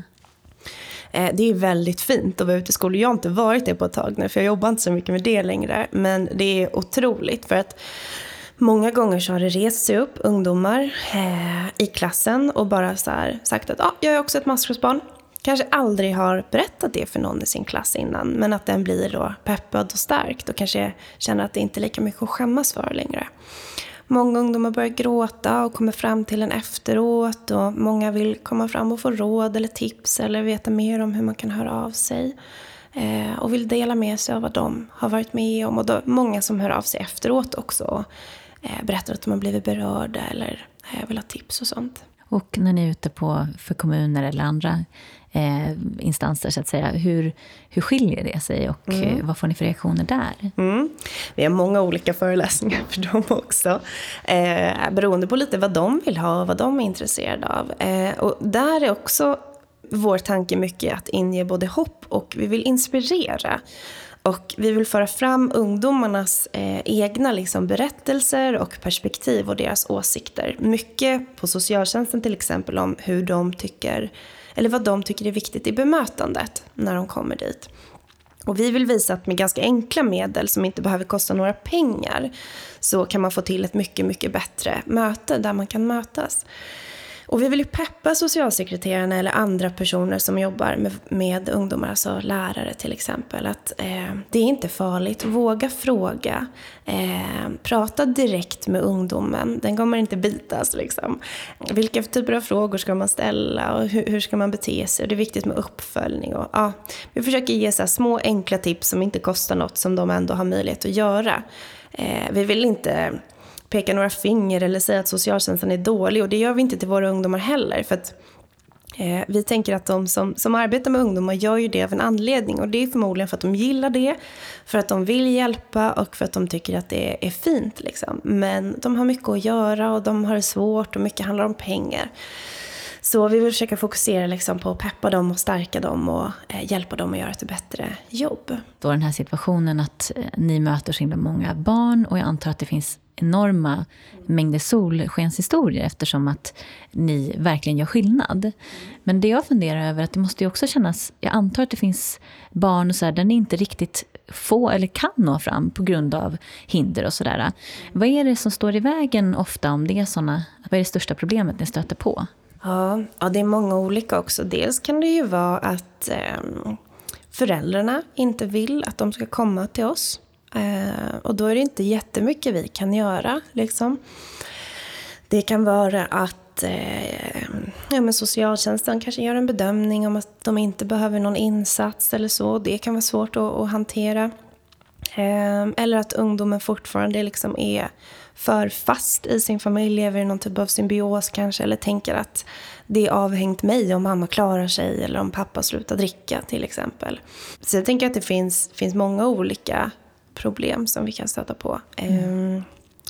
Det är väldigt fint att vara ute i skolan. Jag har inte varit det på ett tag nu för jag jobbar inte så mycket med det längre. Men det är otroligt för att många gånger så har det rest sig upp ungdomar i klassen och bara så här sagt att jag är också ett maskrosbarn. Kanske aldrig har berättat det för någon i sin klass innan, men att den blir då peppad och starkt och kanske känner att det inte är lika mycket att skämmas för längre. Många ungdomar börjar gråta och kommer fram till en efteråt och många vill komma fram och få råd eller tips eller veta mer om hur man kan höra av sig. Och vill dela med sig av vad de har varit med om. Och då, många som hör av sig efteråt också och berättar att de har blivit berörda eller vill ha tips och sånt. Och när ni är ute för kommuner eller andra instanser så att säga, hur skiljer det sig och vad får ni för reaktioner där? Vi har många olika föreläsningar för dem också. Beroende på lite vad de vill ha och vad de är intresserade av. Och där är också vår tanke mycket att inge både hopp och vi vill inspirera. Och vi vill föra fram ungdomarnas egna liksom, berättelser och perspektiv och deras åsikter. Mycket på socialtjänsten till exempel om hur de tycker, eller vad de tycker är viktigt i bemötandet när de kommer dit. Och vi vill visa att med ganska enkla medel som inte behöver kosta några pengar så kan man få till ett mycket, mycket bättre möte där man kan mötas. Och vi vill ju peppa socialsekreterarna eller andra personer som jobbar med ungdomar, alltså lärare till exempel, att det är inte farligt. Våga fråga. Prata direkt med ungdomen. Den kommer inte bitas liksom. Vilka typer av frågor ska man ställa och hur ska man bete sig? Det är viktigt med uppföljning. Och, vi försöker ge så här små enkla tips som inte kostar något som de ändå har möjlighet att göra. Vi vill inte peka några finger eller säga att socialtjänsten är dålig, och det gör vi inte till våra ungdomar heller, för att vi tänker att de som arbetar med ungdomar gör ju det av en anledning, och det är förmodligen för att de gillar det, för att de vill hjälpa och för att de tycker att det är fint liksom. Men de har mycket att göra och de har det svårt och mycket handlar om pengar. Så vi vill försöka fokusera liksom på att peppa dem och stärka dem och hjälpa dem att göra ett bättre jobb. Då den här situationen att ni möter så himla många barn, och jag antar att det finns enorma mängder solskenshistorier eftersom att ni verkligen gör skillnad. Men det jag funderar över att det måste ju också kännas, jag antar att det finns barn och så här, där ni inte riktigt får eller kan nå fram på grund av hinder och sådär. Vad är det som står i vägen ofta om det är sådana, vad är det största problemet ni stöter på? Ja, det är många olika också. Dels kan det ju vara att föräldrarna inte vill att de ska komma till oss. Och då är det inte jättemycket vi kan göra. Liksom. Det kan vara att men socialtjänsten kanske gör en bedömning om att de inte behöver någon insats eller så. Det kan vara svårt att hantera. Eller att ungdomen fortfarande liksom är för fast i sin familj, lever i någon typ av symbios kanske, eller tänker att det är avhängt mig om mamma klarar sig eller om pappa slutar dricka till exempel. Så jag tänker att det finns många olika problem som vi kan stöta på.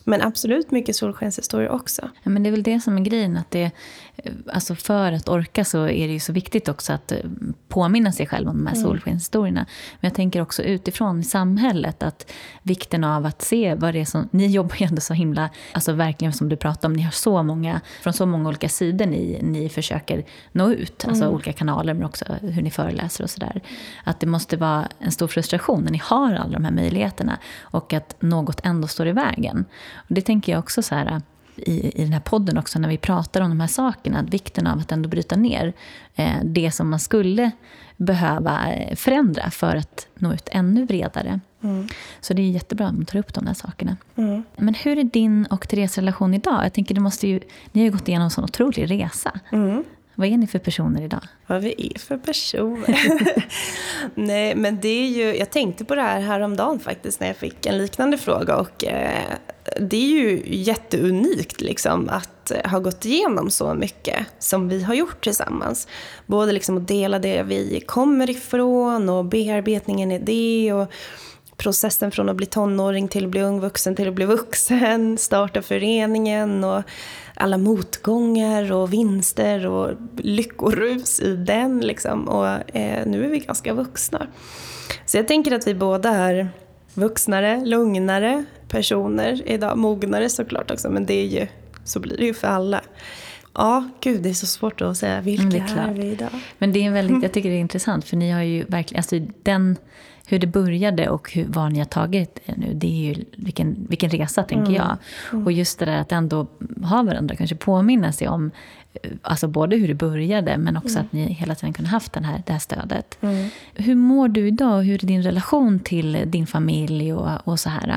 Men absolut mycket solskenshistorier också. Ja, men det är väl det som är grejen, att det, alltså för att orka så är det ju så viktigt också att påminna sig själv om de här solskenshistorierna. Men jag tänker också utifrån i samhället att vikten av att se vad det är som, ni jobbar ju ändå så himla, alltså verkligen som du pratar om, ni har så många, från så många olika sidor ni försöker nå ut, alltså olika kanaler, men också hur ni föreläser och sådär. Att det måste vara en stor frustration när ni har alla de här möjligheterna och att något ändå står i vägen. Och det tänker jag också så här i den här podden också, när vi pratar om de här sakerna, att vikten av att ändå bryta ner det som man skulle behöva förändra för att nå ut ännu bredare. Så det är jättebra att man tar upp de här sakerna. Men hur är din och Therese relation idag? Jag tänker, ni har ju gått igenom en sån otrolig resa. Vad är ni för personer idag? Vad vi är för personer? Nej, men det är ju, jag tänkte på det här häromdagen faktiskt när jag fick en liknande fråga, och det är ju jätteunikt liksom att ha gått igenom så mycket som vi har gjort tillsammans. Både liksom att dela det vi kommer ifrån och bearbetningen i det, och processen från att bli tonåring till att bli ungvuxen till att bli vuxen, starta föreningen och alla motgångar och vinster och lyckorus i den liksom. Och nu är vi ganska vuxna. Så jag tänker att vi båda är vuxnare, lugnare personer idag, mognare såklart också, men det är ju, så blir det ju för alla. Ja, gud, det är så svårt att säga vilka är vi idag. Men det är väldigt, jag tycker det är intressant, för ni har ju verkligen, alltså hur det började och vad ni har tagit nu, det är ju vilken resa, tänker jag. Och just det där att ändå ha varandra, kanske påminna sig om, alltså både hur det började, men också att ni hela tiden kunde haft det här stödet. Hur mår du idag, och hur är din relation till din familj och så här?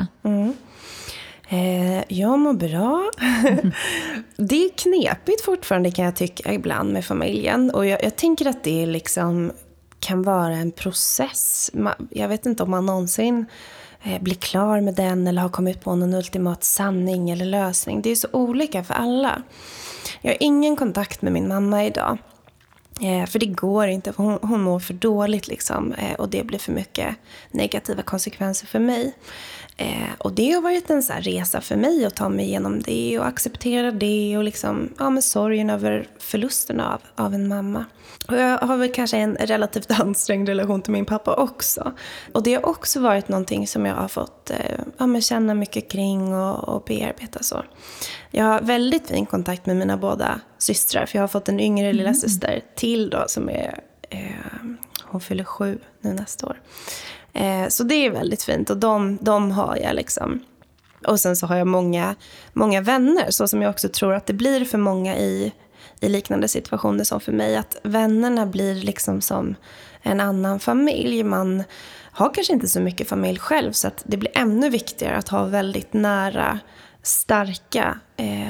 Jag mår bra. Det är knepigt fortfarande, kan jag tycka, ibland med familjen. Och jag tänker att det liksom kan vara en process. Jag vet inte om man någonsin blir klar med den eller har kommit på någon ultimat sanning eller lösning. Det är så olika för alla. Jag har ingen kontakt med min mamma idag. För det går inte. Hon mår för dåligt liksom. Och det blir för mycket negativa konsekvenser för mig. Och det har varit en så här resa för mig att ta mig igenom det och acceptera det och liksom, ja, med sorgen över förlusten av en mamma. Och jag har väl kanske en relativt ansträngd relation till min pappa också. Och det har också varit någonting som jag har fått känna mycket kring och bearbeta så. Jag har väldigt fin kontakt med mina båda systrar, för jag har fått en yngre lilla syster till då, som är hon fyller 7 nu nästa år. Så det är väldigt fint, och de har jag liksom. Och sen så har jag många vänner, så som jag också tror att det blir för många i liknande situationer som för mig, att vännerna blir liksom som en annan familj. Man har kanske inte så mycket familj själv, så att det blir ännu viktigare att ha väldigt nära, starka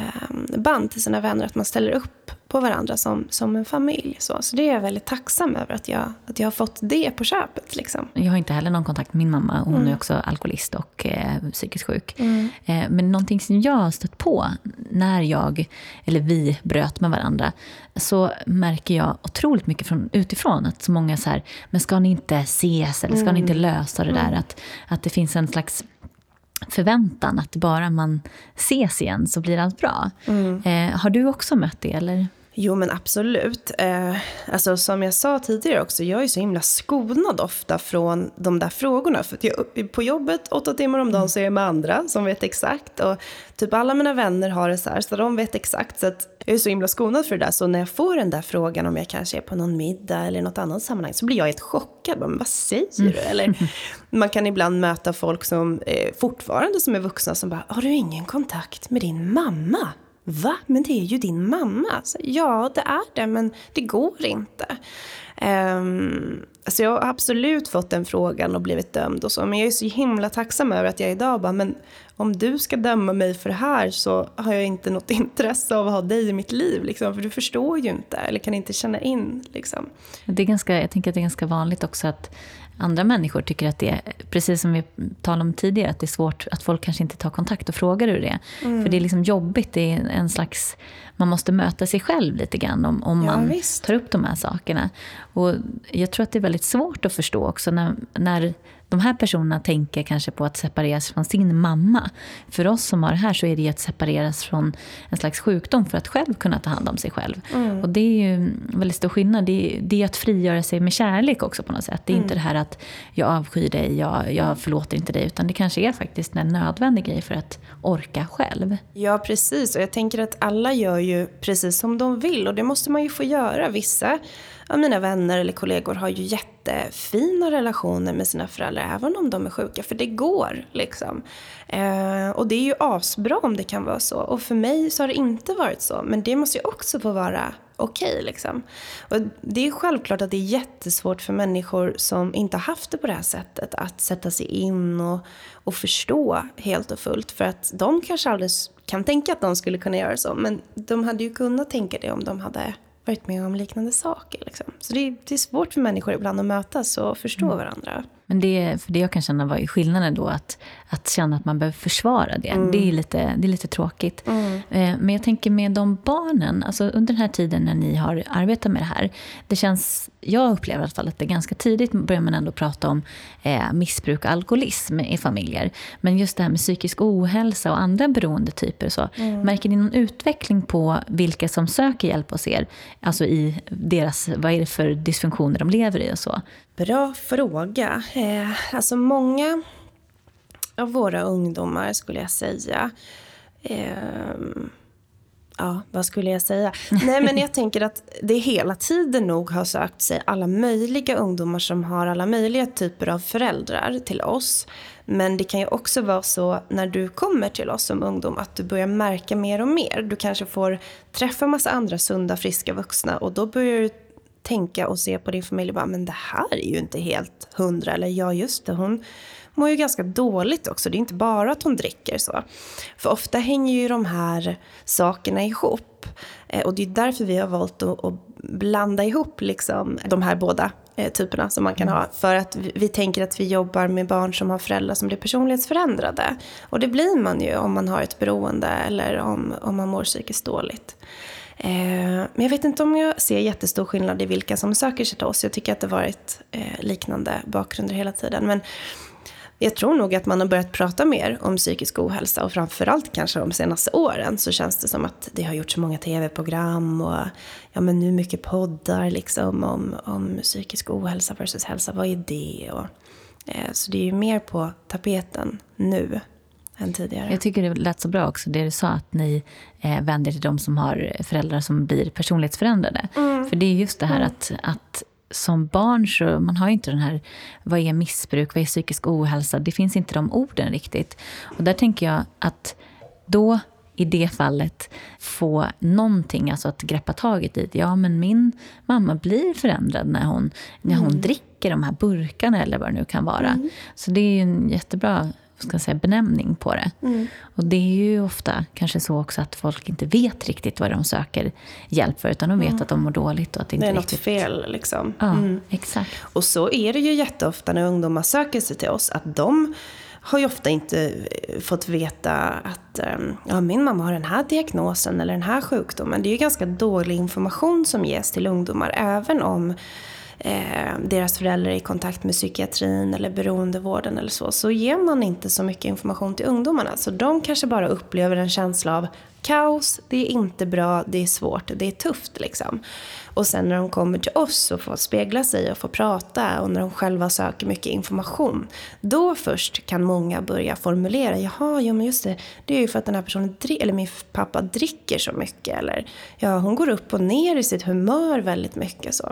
band till sina vänner, att man ställer upp på varandra som en familj. Så det är jag väldigt tacksam över, att jag har fått det på köpet. Liksom. Jag har inte heller någon kontakt med min mamma. Hon är också alkoholist och psykiskt sjuk. Men någonting som jag har stött på när vi bröt med varandra, så märker jag otroligt mycket utifrån att så många så här, men ska ni inte ses eller ska ni inte lösa det där? Att det finns en slags förväntan att bara man ses igen så blir allt bra. Har du också mött det, eller? Jo, men absolut. Alltså som jag sa tidigare också, jag är så himla skonad ofta från de där frågorna. För att jag, på jobbet 8 timmar om dagen så är jag med andra som vet exakt. Och typ alla mina vänner har det så de vet exakt. Så att jag är så himla skonad för det där. Så när jag får den där frågan, om jag kanske är på någon middag eller något annat sammanhang, så blir jag helt chockad. Men vad säger du? Eller man kan ibland möta folk som fortfarande som är vuxna som bara, har du ingen kontakt med din mamma? Va? Men det är ju din mamma. Så, ja, det är det, men det går inte. Så jag har absolut fått den frågan och blivit dömd och så. Men jag är så himla tacksam över att jag idag bara, men om du ska döma mig för det här så har jag inte något intresse av att ha dig i mitt liv. Liksom, för du förstår ju inte eller kan inte känna in. Liksom. Jag tänker att det är ganska vanligt också att andra människor tycker att det är, precis som vi talade om tidigare, att det är svårt att folk kanske inte tar kontakt och frågar hur det är. För det är liksom jobbigt, det är en slags, man måste möta sig själv lite grann om man tar upp de här sakerna. Och jag tror att det är väldigt svårt att förstå också när de här personerna tänker kanske på att separeras från sin mamma. För oss som har det här så är det att separeras från en slags sjukdom för att själv kunna ta hand om sig själv. Och det är ju en väldigt stor skillnad. Det är att frigöra sig med kärlek också på något sätt. Det är inte det här att jag avskyr dig, jag förlåter inte dig, utan det kanske är faktiskt en nödvändig grej för att orka själv. Ja, precis. Och jag tänker att alla gör ju precis som de vill, och det måste man ju få göra. Vissa av mina vänner eller kollegor har ju jättefina relationer med sina föräldrar även om de är sjuka, för det går liksom. Och det är ju asbra om det kan vara så. Och för mig så har det inte varit så, men det måste ju också få vara okej liksom. Och det är självklart att det är jättesvårt för människor som inte har haft det på det här sättet att sätta sig in och förstå helt och fullt, för att de kanske aldrig kan tänka att de skulle kunna göra så, men de hade ju kunnat tänka det om de hade varit med om liknande saker liksom. Så det är svårt för människor ibland att mötas och förstå varandra. Men det jag kan känna var ju skillnaden då att känna att man behöver försvara det. Det är lite tråkigt. Men jag tänker med de barnen, alltså under den här tiden när ni har arbetat med det här, det känns, jag upplever i alla fall att det ganska tidigt börjar man ändå prata om missbruk och alkoholism i familjer. Men just det här med psykisk ohälsa och andra beroendetyper så, märker ni någon utveckling på vilka som söker hjälp hos er? Alltså i deras, vad är det för dysfunktioner de lever i och så? Bra fråga. Alltså många av våra ungdomar skulle jag säga. Ja, vad skulle jag säga? Nej, men jag tänker att det hela tiden nog har sökt sig alla möjliga ungdomar som har alla möjliga typer av föräldrar till oss. Men det kan ju också vara så när du kommer till oss som ungdom att du börjar märka mer och mer. Du kanske får träffa en massa andra sunda, friska vuxna, och då börjar du tänka och se på din familj och bara, men det här är ju inte helt 100, eller ja just det, hon mår ju ganska dåligt också, det är inte bara att hon dricker så. För ofta hänger ju de här sakerna ihop, och det är därför vi har valt att blanda ihop liksom de här båda typerna som man kan ha, för att vi tänker att vi jobbar med barn som har föräldrar som blir personlighetsförändrade, och det blir man ju om man har ett beroende eller om man mår psykiskt dåligt. Men jag vet inte om jag ser jättestor skillnad i vilka som söker sig till oss. Jag tycker att det har varit liknande bakgrunder hela tiden. Men jag tror nog att man har börjat prata mer om psykisk ohälsa, och framförallt kanske de senaste åren så känns det som att det har gjort så många tv-program och men nu mycket poddar liksom om psykisk ohälsa versus hälsa. Vad är det? Så det är ju mer på tapeten nu än tidigare. Jag tycker det lät så bra också det du sa, att ni vänder till de som har föräldrar som blir personlighetsförändrade. För det är just det här att som barn så man har ju inte den här, vad är missbruk, vad är psykisk ohälsa, det finns inte de orden riktigt. Och där tänker jag att då i det fallet få någonting, alltså att greppa taget i. Ja, men min mamma blir förändrad när hon dricker de här burkarna eller vad det nu kan vara. Så det är ju en jättebra benämning på det. Och det är ju ofta kanske så också att folk inte vet riktigt vad de söker hjälp för, utan de vet att de mår dåligt och att det inte är riktigt något fel liksom. Ja, exakt. Och så är det ju jätteofta när ungdomar söker sig till oss, att de har ju ofta inte fått veta att min mamma har den här diagnosen eller den här sjukdomen. Det är ju ganska dålig information som ges till ungdomar, även om deras föräldrar är i kontakt med psykiatrin eller beroendevården eller så ger man inte så mycket information till ungdomarna. Så de kanske bara upplever en känsla av kaos, det är inte bra, det är svårt, det är tufft liksom. Och sen när de kommer till oss och får spegla sig och får prata, och när de själva söker mycket information, då först kan många börja formulera, men just det är ju för att den här personen eller min pappa dricker så mycket, eller hon går upp och ner i sitt humör väldigt mycket så.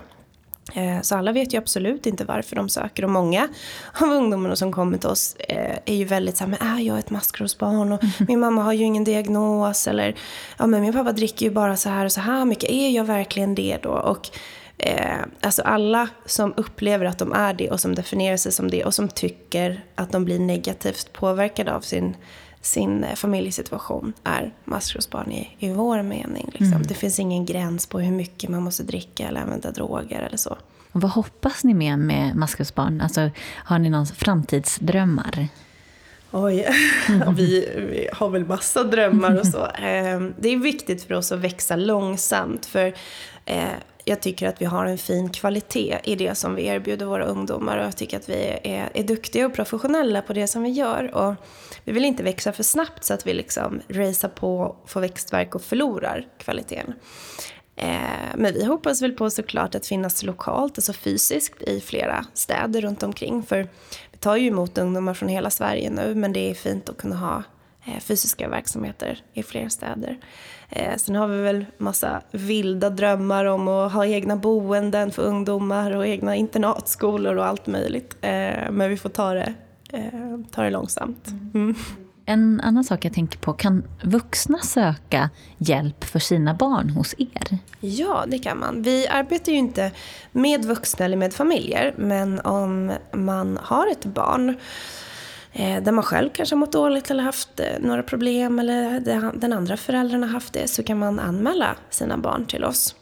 Så alla vet ju absolut inte varför de söker, och många av ungdomarna som kommer till oss är ju väldigt så här, men jag är ett maskrosbarn och min mamma har ju ingen diagnos, eller men min pappa dricker ju bara så här och så här mycket, är jag verkligen det då? Och alltså alla som upplever att de är det och som definierar sig som det och som tycker att de blir negativt påverkade av sin familjesituation är maskrosbarn i vår mening. Liksom. Det finns ingen gräns på hur mycket man måste dricka eller använda droger eller så. Och vad hoppas ni med maskrosbarn? Alltså, har ni någon framtidsdrömmar? Oj, vi har väl massa drömmar och så. Det är viktigt för oss att växa långsamt, för Jag tycker att vi har en fin kvalitet i det som vi erbjuder våra ungdomar. Och jag tycker att vi är duktiga och professionella på det som vi gör. Och vi vill inte växa för snabbt så att vi liksom racear på, får växtverk och förlorar kvaliteten. Men vi hoppas väl på såklart att finnas lokalt, alltså fysiskt i flera städer runt omkring. För vi tar ju emot ungdomar från hela Sverige nu, men det är fint att kunna ha fysiska verksamheter i fler städer. Sen har vi väl massa vilda drömmar om att ha egna boenden för ungdomar och egna internatskolor och allt möjligt. Men vi får ta det långsamt. Mm. En annan sak jag tänker på, kan vuxna söka hjälp för sina barn hos er? Ja, det kan man. Vi arbetar ju inte med vuxna eller med familjer, men om man har ett barn där man själv kanske har mått dåligt eller haft några problem eller den andra föräldern har haft det, så kan man anmäla sina barn till oss.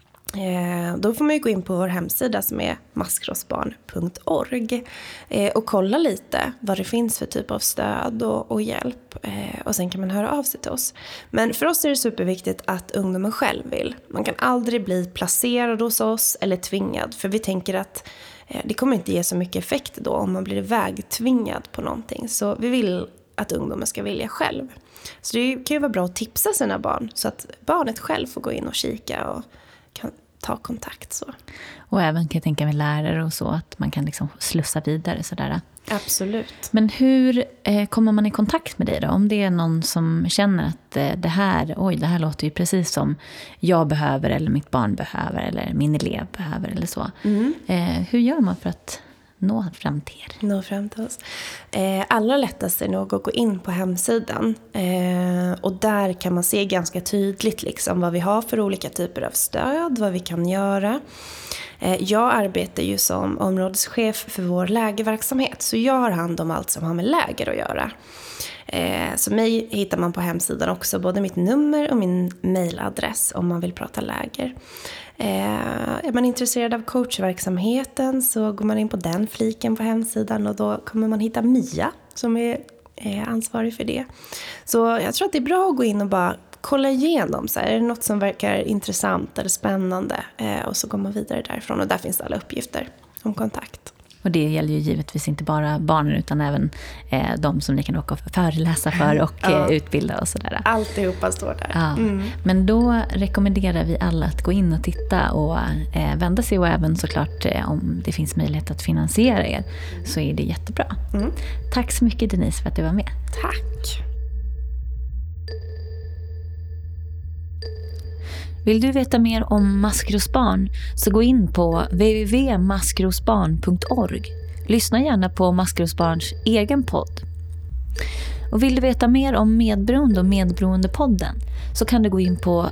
Då får man ju gå in på vår hemsida som är maskrosbarn.org och kolla lite vad det finns för typ av stöd och hjälp. Och sen kan man höra av sig till oss. Men för oss är det superviktigt att ungdomen själv vill. Man kan aldrig bli placerad hos oss eller tvingad, för vi tänker att det kommer inte ge så mycket effekt då om man blir vägtvingad på någonting. Så vi vill att ungdomen ska vilja själv. Så det kan ju vara bra att tipsa sina barn så att barnet själv får gå in och kika och kan ta kontakt så. Och även kan jag tänka med lärare och så, att man kan liksom slussa vidare sådär. Absolut. Men hur kommer man i kontakt med dig då? Om det är någon som känner att det här låter ju precis som jag behöver eller mitt barn behöver eller min elev behöver eller så. Hur gör man för att nå fram till er? Nå fram till oss. Allra lättast är nog att gå in på hemsidan. Och där kan man se ganska tydligt liksom vad vi har för olika typer av stöd, vad vi kan göra. Jag arbetar ju som områdeschef för vår lägerverksamhet, så jag har hand om allt som har med läger att göra. Så mig hittar man på hemsidan också, både mitt nummer och min mailadress om man vill prata läger. Är man intresserad av coachverksamheten så går man in på den fliken på hemsidan och då kommer man hitta Mia som är ansvarig för det. Så jag tror att det är bra att gå in och bara kolla igenom. Så här, är det något som verkar intressant eller spännande? Och så går man vidare därifrån och där finns alla uppgifter om kontakt. Och det gäller ju givetvis inte bara barnen utan även de som ni kan åka och föreläsa för och utbilda och sådär. Alltihopa står där. Ja. Men då rekommenderar vi alla att gå in och titta och vända sig, och även såklart om det finns möjlighet att finansiera er så är det jättebra. Tack så mycket Denise för att du var med. Tack. Vill du veta mer om Maskrosbarn så gå in på www.maskrosbarn.org. Lyssna gärna på Maskrosbarns egen podd. Och vill du veta mer om Medberoende och Medberoendepodden så kan du gå in på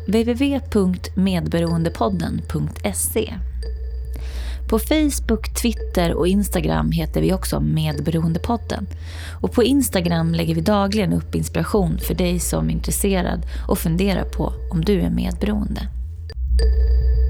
www.medberoendepodden.se. På Facebook, Twitter och Instagram heter vi också Medberoendepodden. Och på Instagram lägger vi dagligen upp inspiration för dig som är intresserad och funderar på om du är medberoende.